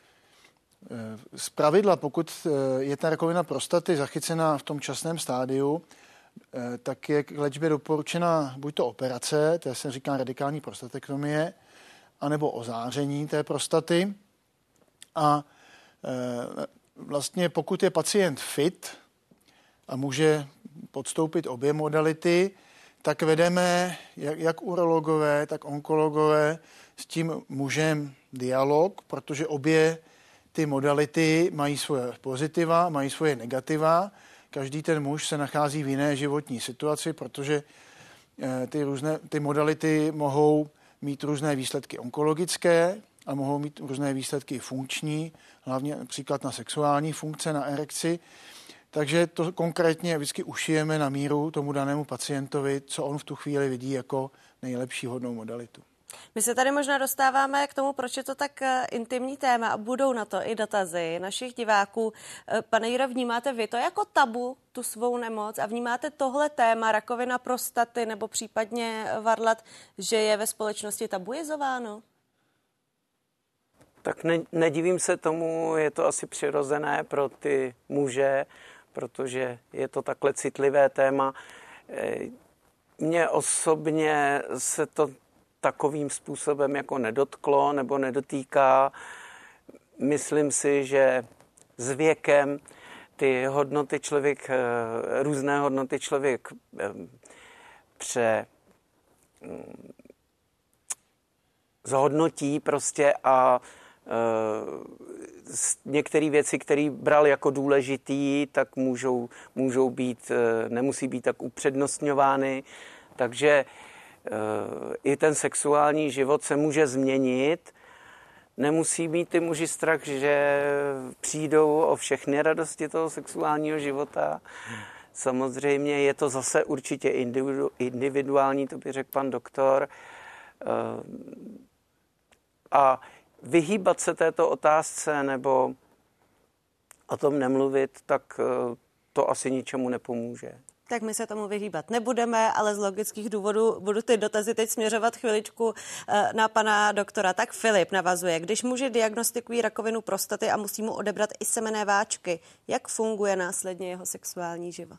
Z pravidla, pokud je ta rakovina prostaty zachycena v tom časném stádiu, tak je k léčbě doporučena buď to operace, to se říká radikální prostatektomie, anebo ozáření té prostaty. A e, vlastně pokud je pacient fit a může podstoupit obě modality, tak vedeme jak, jak urologové, tak onkologové s tím mužem dialog, protože obě ty modality mají svoje pozitiva, mají svoje negativa. Každý ten muž se nachází v jiné životní situaci, protože e, ty různé ty modality mohou mít různé výsledky onkologické a mohou mít různé výsledky funkční, hlavně například na sexuální funkce, na erekci. Takže to konkrétně vždycky ušijeme na míru tomu danému pacientovi, co on v tu chvíli vidí jako nejlepší vhodnou modalitu. My se tady možná dostáváme k tomu, proč je to tak intimní téma a budou na to i dotazy našich diváků. Pane Jiro, vnímáte vy to jako tabu, tu svou nemoc, a vnímáte tohle téma rakovina prostaty nebo případně varlat, že je ve společnosti tabuizováno? Tak ne, nedivím se tomu, je to asi přirozené pro ty muže, protože je to takhle citlivé téma. Mně osobně se to takovým způsobem jako nedotklo nebo nedotýká. Myslím si, že s věkem ty hodnoty člověk, různé hodnoty člověk pře zhodnotí prostě a některé věci, které bral jako důležitý, tak můžou, můžou být, nemusí být tak upřednostňovány. Takže i ten sexuální život se může změnit. Nemusí mít ty muži strach, že přijdou o všechny radosti toho sexuálního života. Samozřejmě je to zase určitě individuální, to by řekl pan doktor. A vyhýbat se této otázce nebo o tom nemluvit, tak to asi ničemu nepomůže. Tak my se tomu vyhýbat nebudeme, ale z logických důvodů budu ty dotazy teď směřovat chviličku na pana doktora. Tak Filip navazuje, když muži diagnostikují rakovinu prostaty a musí mu odebrat i semenné váčky, jak funguje následně jeho sexuální život?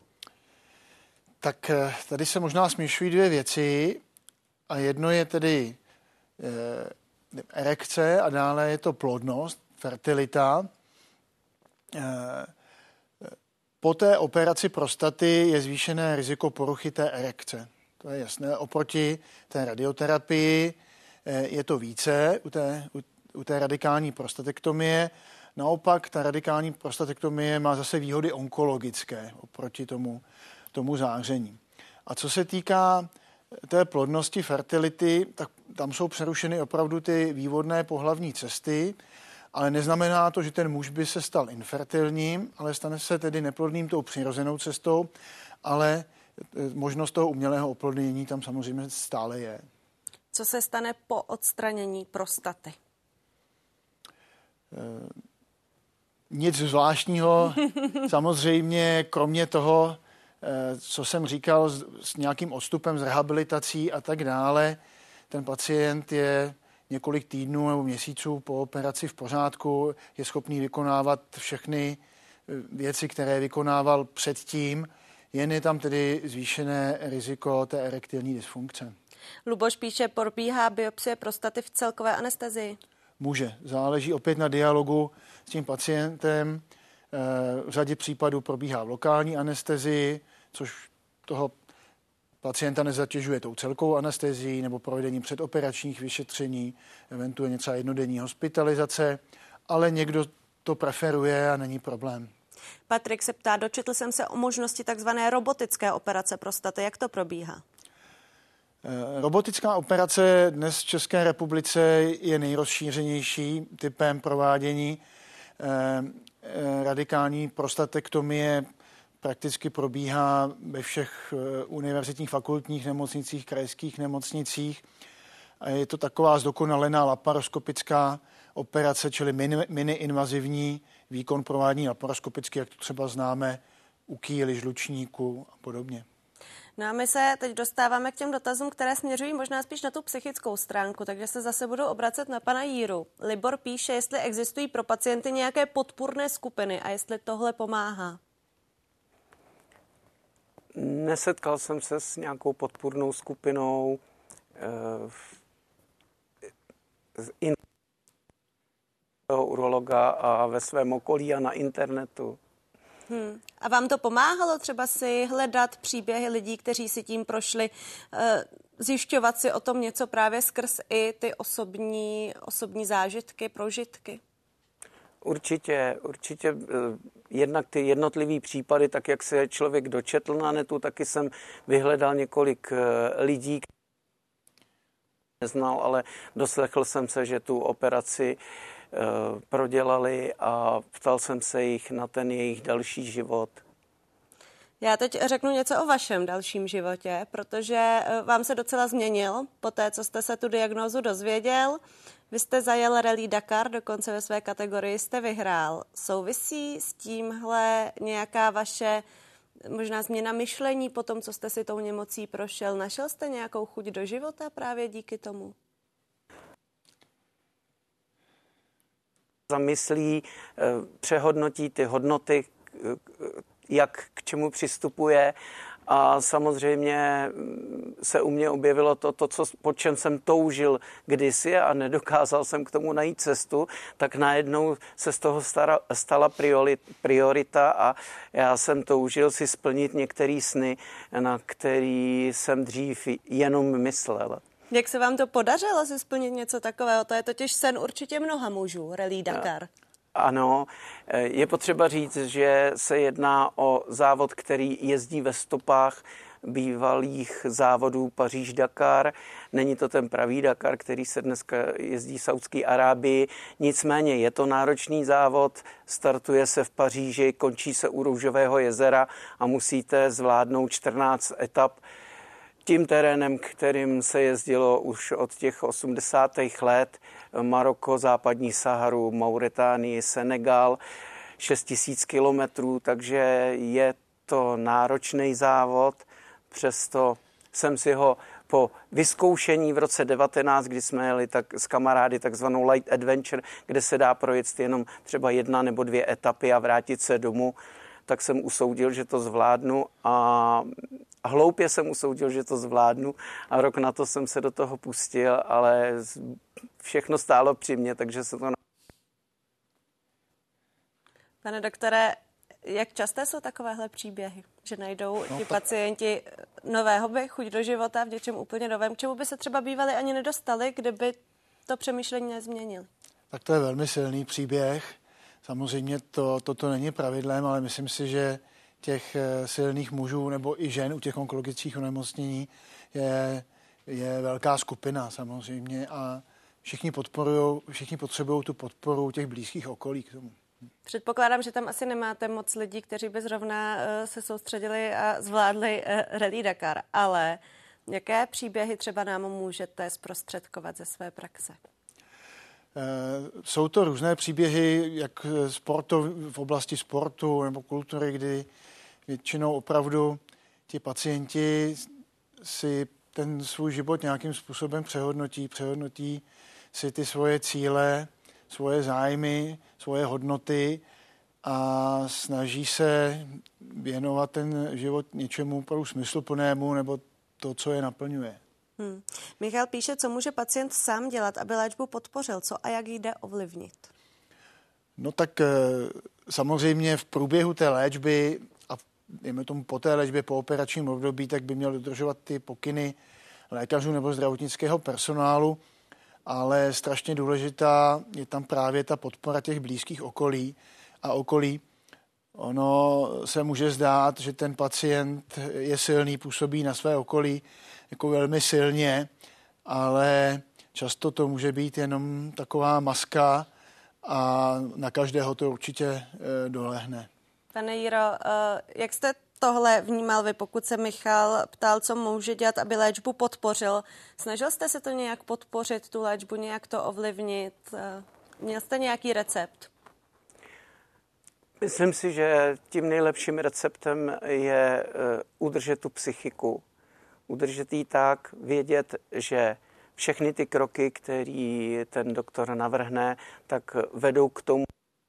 Tak tady se možná směšují dvě věci a jedno je tedy eh, erekce a dále je to plodnost, fertilita. Eh, Po té operaci prostaty je zvýšené riziko poruchy té erekce. To je jasné. Oproti té radioterapii je to více u té, u, u té radikální prostatektomie. Naopak ta radikální prostatektomie má zase výhody onkologické oproti tomu, tomu záření. A co se týká té plodnosti, fertility, tak tam jsou přerušeny opravdu ty vývodné pohlavní cesty, ale neznamená to, že ten muž by se stal infertilním, ale stane se tedy neplodným tou přirozenou cestou, ale možnost toho umělého oplodnění tam samozřejmě stále je. Co se stane po odstranění prostaty? Nic zvláštního, samozřejmě kromě toho, co jsem říkal, s nějakým odstupem, s rehabilitací a tak dále, ten pacient je několik týdnů nebo měsíců po operaci v pořádku, je schopný vykonávat všechny věci, které vykonával předtím, jen je tam tedy zvýšené riziko té erektilní dysfunkce. Luboš píše, probíhá biopsie prostaty v celkové anestezii? Může. Záleží opět na dialogu s tím pacientem. V řadě případů probíhá v lokální anestezii, což toho pacienta nezatěžuje tou celkovou anestezií nebo provedením předoperačních vyšetření, eventuálně třeba jednodenní hospitalizace, ale někdo to preferuje a není problém. Patrik se ptá, dočetl jsem se o možnosti takzvané robotické operace prostaty. Jak to probíhá? Robotická operace dnes v České republice je nejrozšířenější typem provádění. Radikální prostatektomie prakticky probíhá ve všech univerzitních fakultních nemocnicích, krajských nemocnicích. A je to taková zdokonalená laparoskopická operace, čili mini-invazivní výkon provádí laparoskopicky, jak to třeba známe u kýly, žlučníku a podobně. No a my se teď dostáváme k těm dotazům, které směřují možná spíš na tu psychickou stránku, takže se zase budu obracet na pana Jíru. Libor píše, jestli existují pro pacienty nějaké podpůrné skupiny a jestli tohle pomáhá. Nesetkal jsem se s nějakou podpůrnou skupinou z urologa a ve svém okolí a na internetu. Hmm. A vám to pomáhalo třeba si hledat příběhy lidí, kteří si tím prošli, zjišťovat si o tom něco právě skrz i ty osobní, osobní zážitky, prožitky? Určitě, určitě. Jednak ty jednotlivý případy, tak jak se člověk dočetl na netu, taky jsem vyhledal několik lidí, které neznal, ale doslechl jsem se, že tu operaci prodělali a ptal jsem se jich na ten jejich další život. Já teď řeknu něco o vašem dalším životě, protože vám se docela změnil po té, co jste se tu diagnózu dozvěděl. Vy jste zajel Rallye Dakar, dokonce ve své kategorii jste vyhrál. Souvisí s tímhle nějaká vaše možná změna myšlení po tom, co jste si tou nemocí prošel? Našel jste nějakou chuť do života právě díky tomu? Zamyslí, přehodnotí ty hodnoty, jak k čemu přistupuje. A samozřejmě se u mě objevilo to, to co, po čem jsem toužil kdysi a nedokázal jsem k tomu najít cestu, tak najednou se z toho stara, stala priorita a já jsem toužil si splnit některé sny, na který jsem dřív jenom myslel. Jak se vám to podařilo si splnit něco takového? To je totiž sen určitě mnoha mužů, Rallye Dakar. Ano, je potřeba říct, že se jedná o závod, který jezdí ve stopách bývalých závodů Paříž-Dakar. Není to ten pravý Dakar, který se dneska jezdí v Saúdské Arábii. Nicméně je to náročný závod, startuje se v Paříži, končí se u Růžového jezera a musíte zvládnout čtrnáct etap tím terénem, kterým se jezdilo už od těch osmdesátých let. Maroko, západní Saharu, Mauretánii, Senegal, šest tisíc kilometrů, takže je to náročný závod. Přesto jsem si ho po vyzkoušení v roce devatenáct, kdy jsme jeli tak s kamarády takzvanou light adventure, kde se dá projet jenom třeba jedna nebo dvě etapy a vrátit se domů, tak jsem usoudil, že to zvládnu a hloupě jsem usoudil, že to zvládnu a rok na to jsem se do toho pustil, ale všechno stálo při mně, takže se to... Pane doktore, jak časté jsou takovéhle příběhy, že najdou no, ti tak... pacienti nové hobby, chuť do života v něčem úplně novém, k čemu by se třeba bývali ani nedostali, kdyby to přemýšlení nezměnili? Tak to je velmi silný příběh. Samozřejmě to, toto není pravidlem, ale myslím si, že těch silných mužů nebo i žen u těch onkologických onemocnění je, je velká skupina samozřejmě a všichni podporují, všichni potřebují tu podporu těch blízkých okolí k tomu. Předpokládám, že tam asi nemáte moc lidí, kteří by zrovna se soustředili a zvládli Rallye Dakar, ale jaké příběhy třeba nám můžete zprostředkovat ze své praxe? Jsou to různé příběhy, jak sportu, v oblasti sportu nebo kultury, kdy většinou opravdu ti pacienti si ten svůj život nějakým způsobem přehodnotí, přehodnotí si ty svoje cíle, svoje zájmy, svoje hodnoty a snaží se věnovat ten život něčemu opravdu smysluplnému nebo to, co je naplňuje. Hmm. Michal píše, co může pacient sám dělat, aby léčbu podpořil, co a jak jde ovlivnit? No tak samozřejmě v průběhu té léčby a dejme tomu po té léčbě, po operačním období, tak by měl dodržovat ty pokyny lékařů nebo zdravotnického personálu, ale strašně důležitá je tam právě ta podpora těch blízkých okolí a okolí. Ono se může zdát, že ten pacient je silný, působí na své okolí jako velmi silně, ale často to může být jenom taková maska a na každého to určitě dolehne. Pane Jiro, jak jste tohle vnímal vy, pokud se Michal ptal, co může dělat, aby léčbu podpořil? Snažil jste se to nějak podpořit, tu léčbu, nějak to ovlivnit? Měl jste nějaký recept? Myslím si, že tím nejlepším receptem je udržet tu psychiku. Udržet ji tak, vědět, že všechny ty kroky, které ten doktor navrhne, tak vedou k tomu,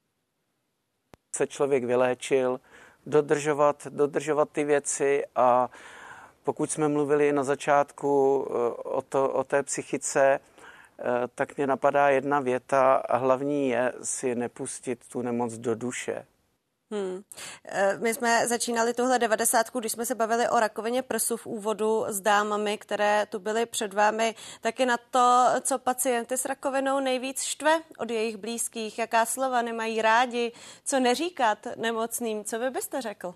se člověk vyléčil, dodržovat, dodržovat ty věci a pokud jsme mluvili na začátku o, to, o té psychice, tak mě napadá jedna věta a hlavní je si nepustit tu nemoc do duše. Hmm. My jsme začínali tuhle devadesátku, když jsme se bavili o rakovině prsu v úvodu s dámami, které tu byly před vámi, taky na to, co pacienty s rakovinou nejvíc štve od jejich blízkých, jaká slova nemají rádi, co neříkat nemocným. Co vy byste řekl?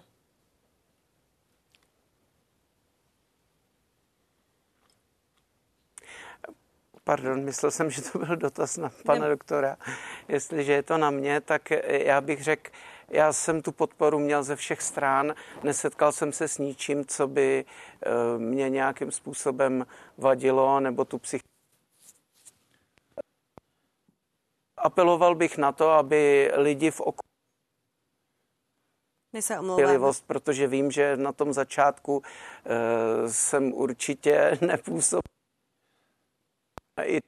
Pardon, myslel jsem, že to byl dotaz na pana doktora. Jestliže je to na mě, tak já bych řekl, já jsem tu podporu měl ze všech stran, nesetkal jsem se s ničím, co by mě nějakým způsobem vadilo, nebo tu psych... Apeloval bych na to, aby lidi v okolí trpělivost, protože vím, že na tom začátku uh, jsem určitě nepůsobil. I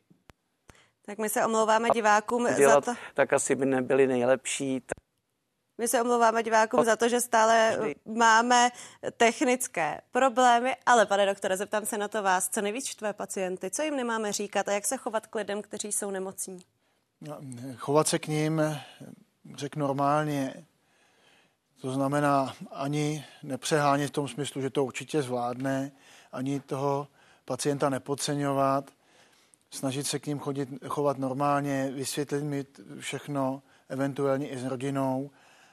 tak my se omlouváme divákům dělat, za to. Tak asi by nebyli nejlepší. My se omlouváme divákům za to, že stále máme technické problémy, ale pane doktore, zeptám se na to vás, co nejvíc štve pacienty, co jim nemáme říkat a jak se chovat k lidem, kteří jsou nemocní? No, chovat se k ním, řekl normálně, to znamená ani nepřehánět v tom smyslu, že to určitě zvládne, ani toho pacienta nepodceňovat, snažit se k ním chodit, chovat normálně, vysvětlit mi všechno, eventuálně i s rodinou,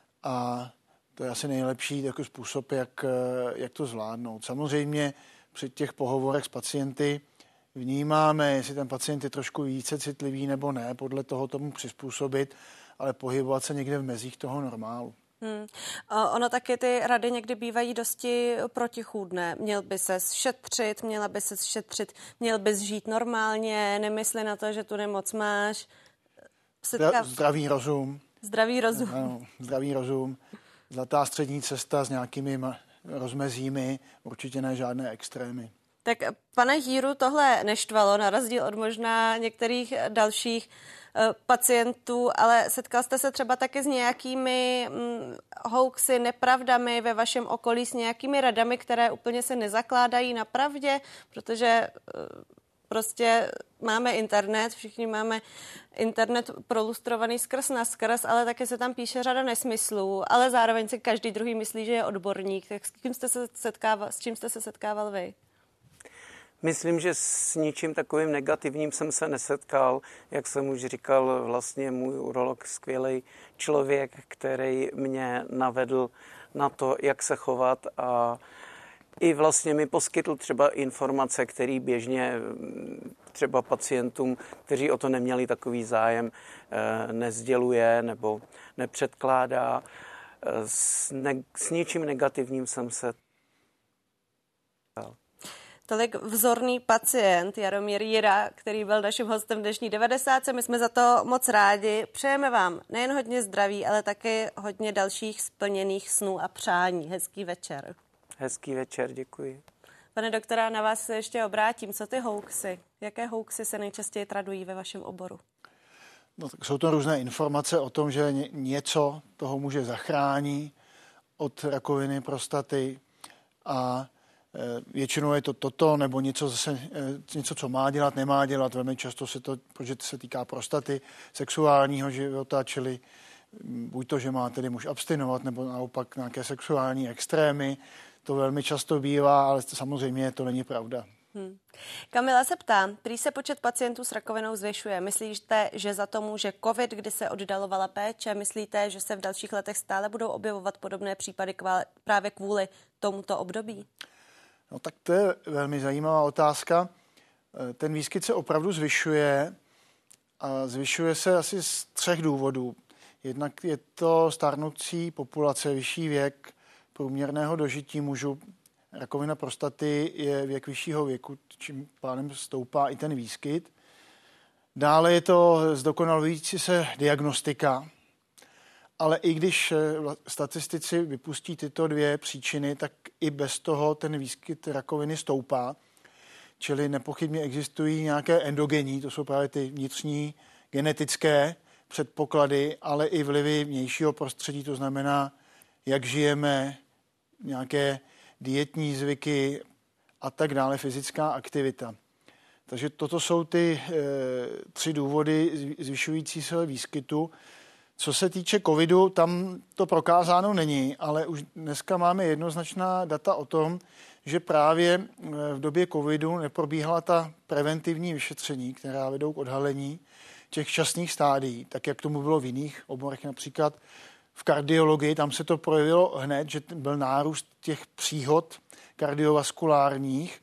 a to je asi nejlepší jako způsob, jak, jak to zvládnout. Samozřejmě při těch pohovorech s pacienty vnímáme, jestli ten pacient je trošku více citlivý nebo ne, podle toho tomu přizpůsobit, ale pohybovat se někde v mezích toho normálu. Hmm. Ono taky ty rady někdy bývají dosti protichůdné. Měl by se šetřit, měla by se šetřit, měl bys žít normálně, nemysli na to, že tu nemoc máš. Setka... Zdravý rozum. Zdravý rozum. Ano, zdravý rozum. Zlatá střední cesta s nějakými rozmezími, určitě ne žádné extrémy. Tak pane Jíru, tohle neštvalo, na rozdíl od možná některých dalších pacientů, ale setkal jste se třeba taky s nějakými hm, hoaxy, nepravdami ve vašem okolí, s nějakými radami, které úplně se nezakládají na pravdě, protože prostě máme internet, všichni máme internet prolustrovaný skrz na skrz, ale taky se tam píše řada nesmyslů, ale zároveň si každý druhý myslí, že je odborník. Tak s kým jste se setkával, s čím jste se setkával vy? Myslím, že s ničím takovým negativním jsem se nesetkal. Jak jsem už říkal, vlastně můj urolog, skvělý člověk, který mě navedl na to, jak se chovat, a i vlastně mi poskytl třeba informace, které běžně třeba pacientům, kteří o to neměli takový zájem, nezděluje nebo nepředkládá. S, ne, s ničím negativním jsem se setkal. Tolik vzorný pacient Jaromír Jira, který byl naším hostem dnešní devadesátce. My jsme za to moc rádi. Přejeme vám nejen hodně zdraví, ale taky hodně dalších splněných snů a přání. Hezký večer. Hezký večer, děkuji. Pane doktora, na vás se ještě obrátím. Co ty hoaxy? Jaké hoaxy se nejčastěji tradují ve vašem oboru? No, tak jsou to různé informace o tom, že něco toho může zachránit od rakoviny prostaty, a většinou je to toto, nebo něco, zase, něco, co má dělat, nemá dělat. Velmi často se to, protože se týká prostaty, sexuálního života, čili buď to, že má tedy muž abstinovat, nebo naopak nějaké sexuální extrémy. To velmi často bývá, ale samozřejmě to není pravda. Hmm. Kamila se ptá, prý se počet pacientů s rakovinou zvyšuje. Myslíte, že za to může covid, kdy se oddalovala péče? Myslíte, že se v dalších letech stále budou objevovat podobné případy kvál, právě kvůli tomuto období? No tak to je velmi zajímavá otázka. Ten výskyt se opravdu zvyšuje a zvyšuje se asi z třech důvodů. Jednak je to stárnoucí populace, vyšší věk průměrného dožití mužů. Rakovina prostaty je věk vyššího věku, čím pádem stoupá i ten výskyt. Dále je to zdokonalující se diagnostika. Ale i když statistici vypustí tyto dvě příčiny, tak i bez toho ten výskyt rakoviny stoupá. Čili nepochybně existují nějaké endogenní, to jsou právě ty vnitřní genetické předpoklady, ale i vlivy vnějšího prostředí, to znamená, jak žijeme, nějaké dietní zvyky a tak dále, fyzická aktivita. Takže toto jsou ty e, tři důvody zvyšující se výskytu. Co se týče covidu, tam to prokázáno není, ale už dneska máme jednoznačná data o tom, že právě v době covidu neprobíhala ta preventivní vyšetření, která vedou k odhalení těch včasných stádií, tak jak tomu bylo v jiných oborech, například v kardiologii, tam se to projevilo hned, že byl nárůst těch příhod kardiovaskulárních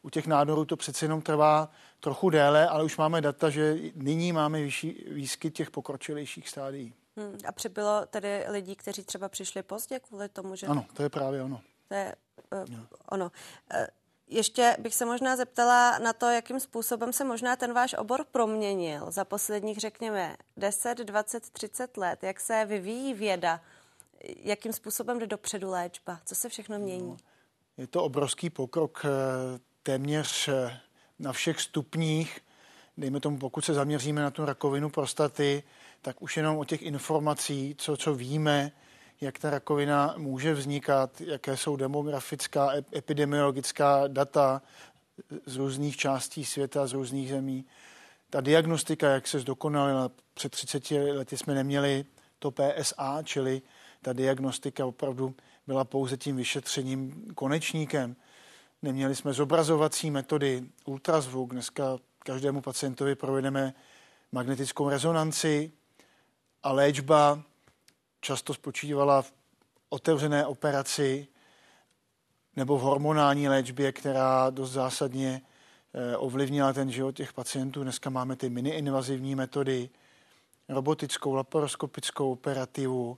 U těch nádorů to přece jenom trvá trochu déle, ale už máme data, že nyní máme vyšší výskyt těch pokročilejších stádií. Hmm, a přibylo tedy lidí, kteří třeba přišli pozdě kvůli tomu, že... Ano, to je právě ono. To je uh, ono. Uh, ještě bych se možná zeptala na to, jakým způsobem se možná ten váš obor proměnil za posledních, řekněme, deset, dvacet, třicet let. Jak se vyvíjí věda? Jakým způsobem jde dopředu léčba? Co se všechno mění? No, je to obrovský pokrok téměř na všech stupních. Dejme tomu, pokud se zaměříme na tu rakovinu prostaty, tak už jenom o těch informací, co, co víme, jak ta rakovina může vznikat, jaké jsou demografická, epidemiologická data z různých částí světa, z různých zemí. Ta diagnostika, jak se zdokonalila, před třiceti lety jsme neměli to P S A, čili ta diagnostika opravdu byla pouze tím vyšetřením konečníkem. Neměli jsme zobrazovací metody, ultrazvuk. Dneska každému pacientovi provedeme magnetickou rezonanci a léčba často spočívala v otevřené operaci nebo v hormonální léčbě, která dost zásadně ovlivnila ten život těch pacientů. Dneska máme ty miniinvazivní metody, robotickou, laparoskopickou operativu,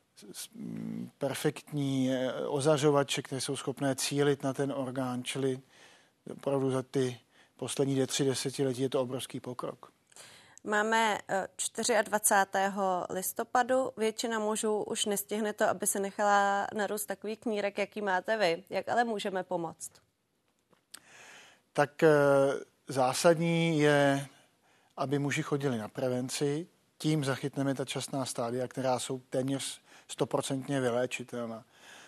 perfektní ozařovače, které jsou schopné cílit na ten orgán, čili opravdu za ty poslední dvě, tři desetiletí je to obrovský pokrok. Máme dvacátého čtvrtého listopadu. Většina mužů už nestihne to, aby se nechala narůst takový knírek, jaký máte vy. Jak ale můžeme pomoct? Tak zásadní je, aby muži chodili na prevenci. Tím zachytneme ta časná stádia, která jsou téměř stoprocentně vyléčitelná.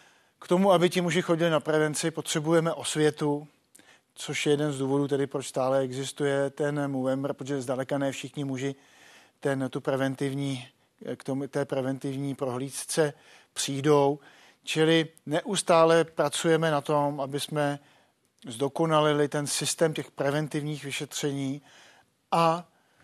K tomu, aby ti muži chodili na prevenci, potřebujeme osvětu, což je jeden z důvodů, tedy proč stále existuje ten Movember, protože zdaleka ne všichni muži ten, tu preventivní, k tomu, té preventivní prohlídce přijdou. Čili neustále pracujeme na tom, aby jsme zdokonalili ten systém těch preventivních vyšetření a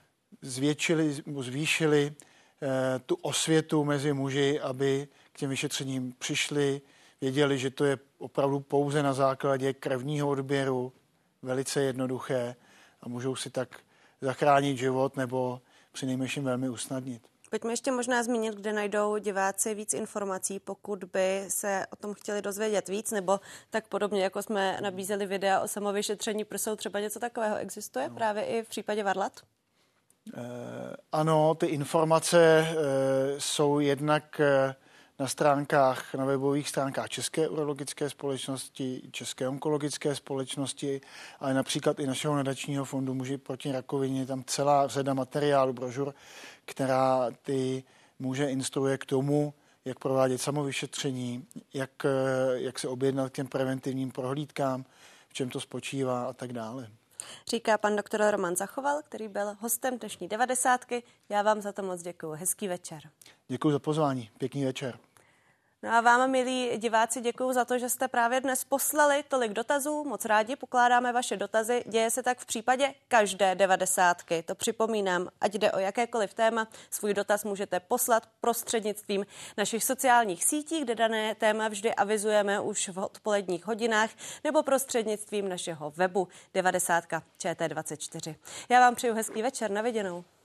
zvětšili, zvýšili eh, tu osvětu mezi muži, aby k těm vyšetřením přišli, věděli, že to je opravdu pouze na základě krevního odběru, velice jednoduché a můžou si tak zachránit život nebo přinejmenším velmi usnadnit. Pojďme ještě možná zmínit, kde najdou diváci víc informací, pokud by se o tom chtěli dozvědět víc, nebo tak podobně, jako jsme nabízeli videa o samovyšetření prsou, třeba něco takového existuje no. právě i v případě varlat? Eh, ano, ty informace eh, jsou jednak eh, na stránkách, na webových stránkách České urologické společnosti, České onkologické společnosti, ale například i našeho nadačního fondu Muži proti rakovině. Je tam celá řada materiálů, brožur, která ty muže instruuje k tomu, jak provádět samovyšetření, jak, jak se objednat k těm preventivním prohlídkám, v čem to spočívá a tak dále. Říká pan doktor Roman Zachoval, který byl hostem dnešní devadesátky. Já vám za to moc děkuju. Hezký večer. Děkuji za pozvání. Pěkný večer. No a vám, milí diváci, děkuju za to, že jste právě dnes poslali tolik dotazů. Moc rádi pokládáme vaše dotazy. Děje se tak v případě každé devadesátky. To připomínám, ať jde o jakékoliv téma, svůj dotaz můžete poslat prostřednictvím našich sociálních sítí, kde dané téma vždy avizujeme už v odpoledních hodinách, nebo prostřednictvím našeho webu devadesátka Č T dvacet čtyři. Já vám přeju hezký večer, na viděnou.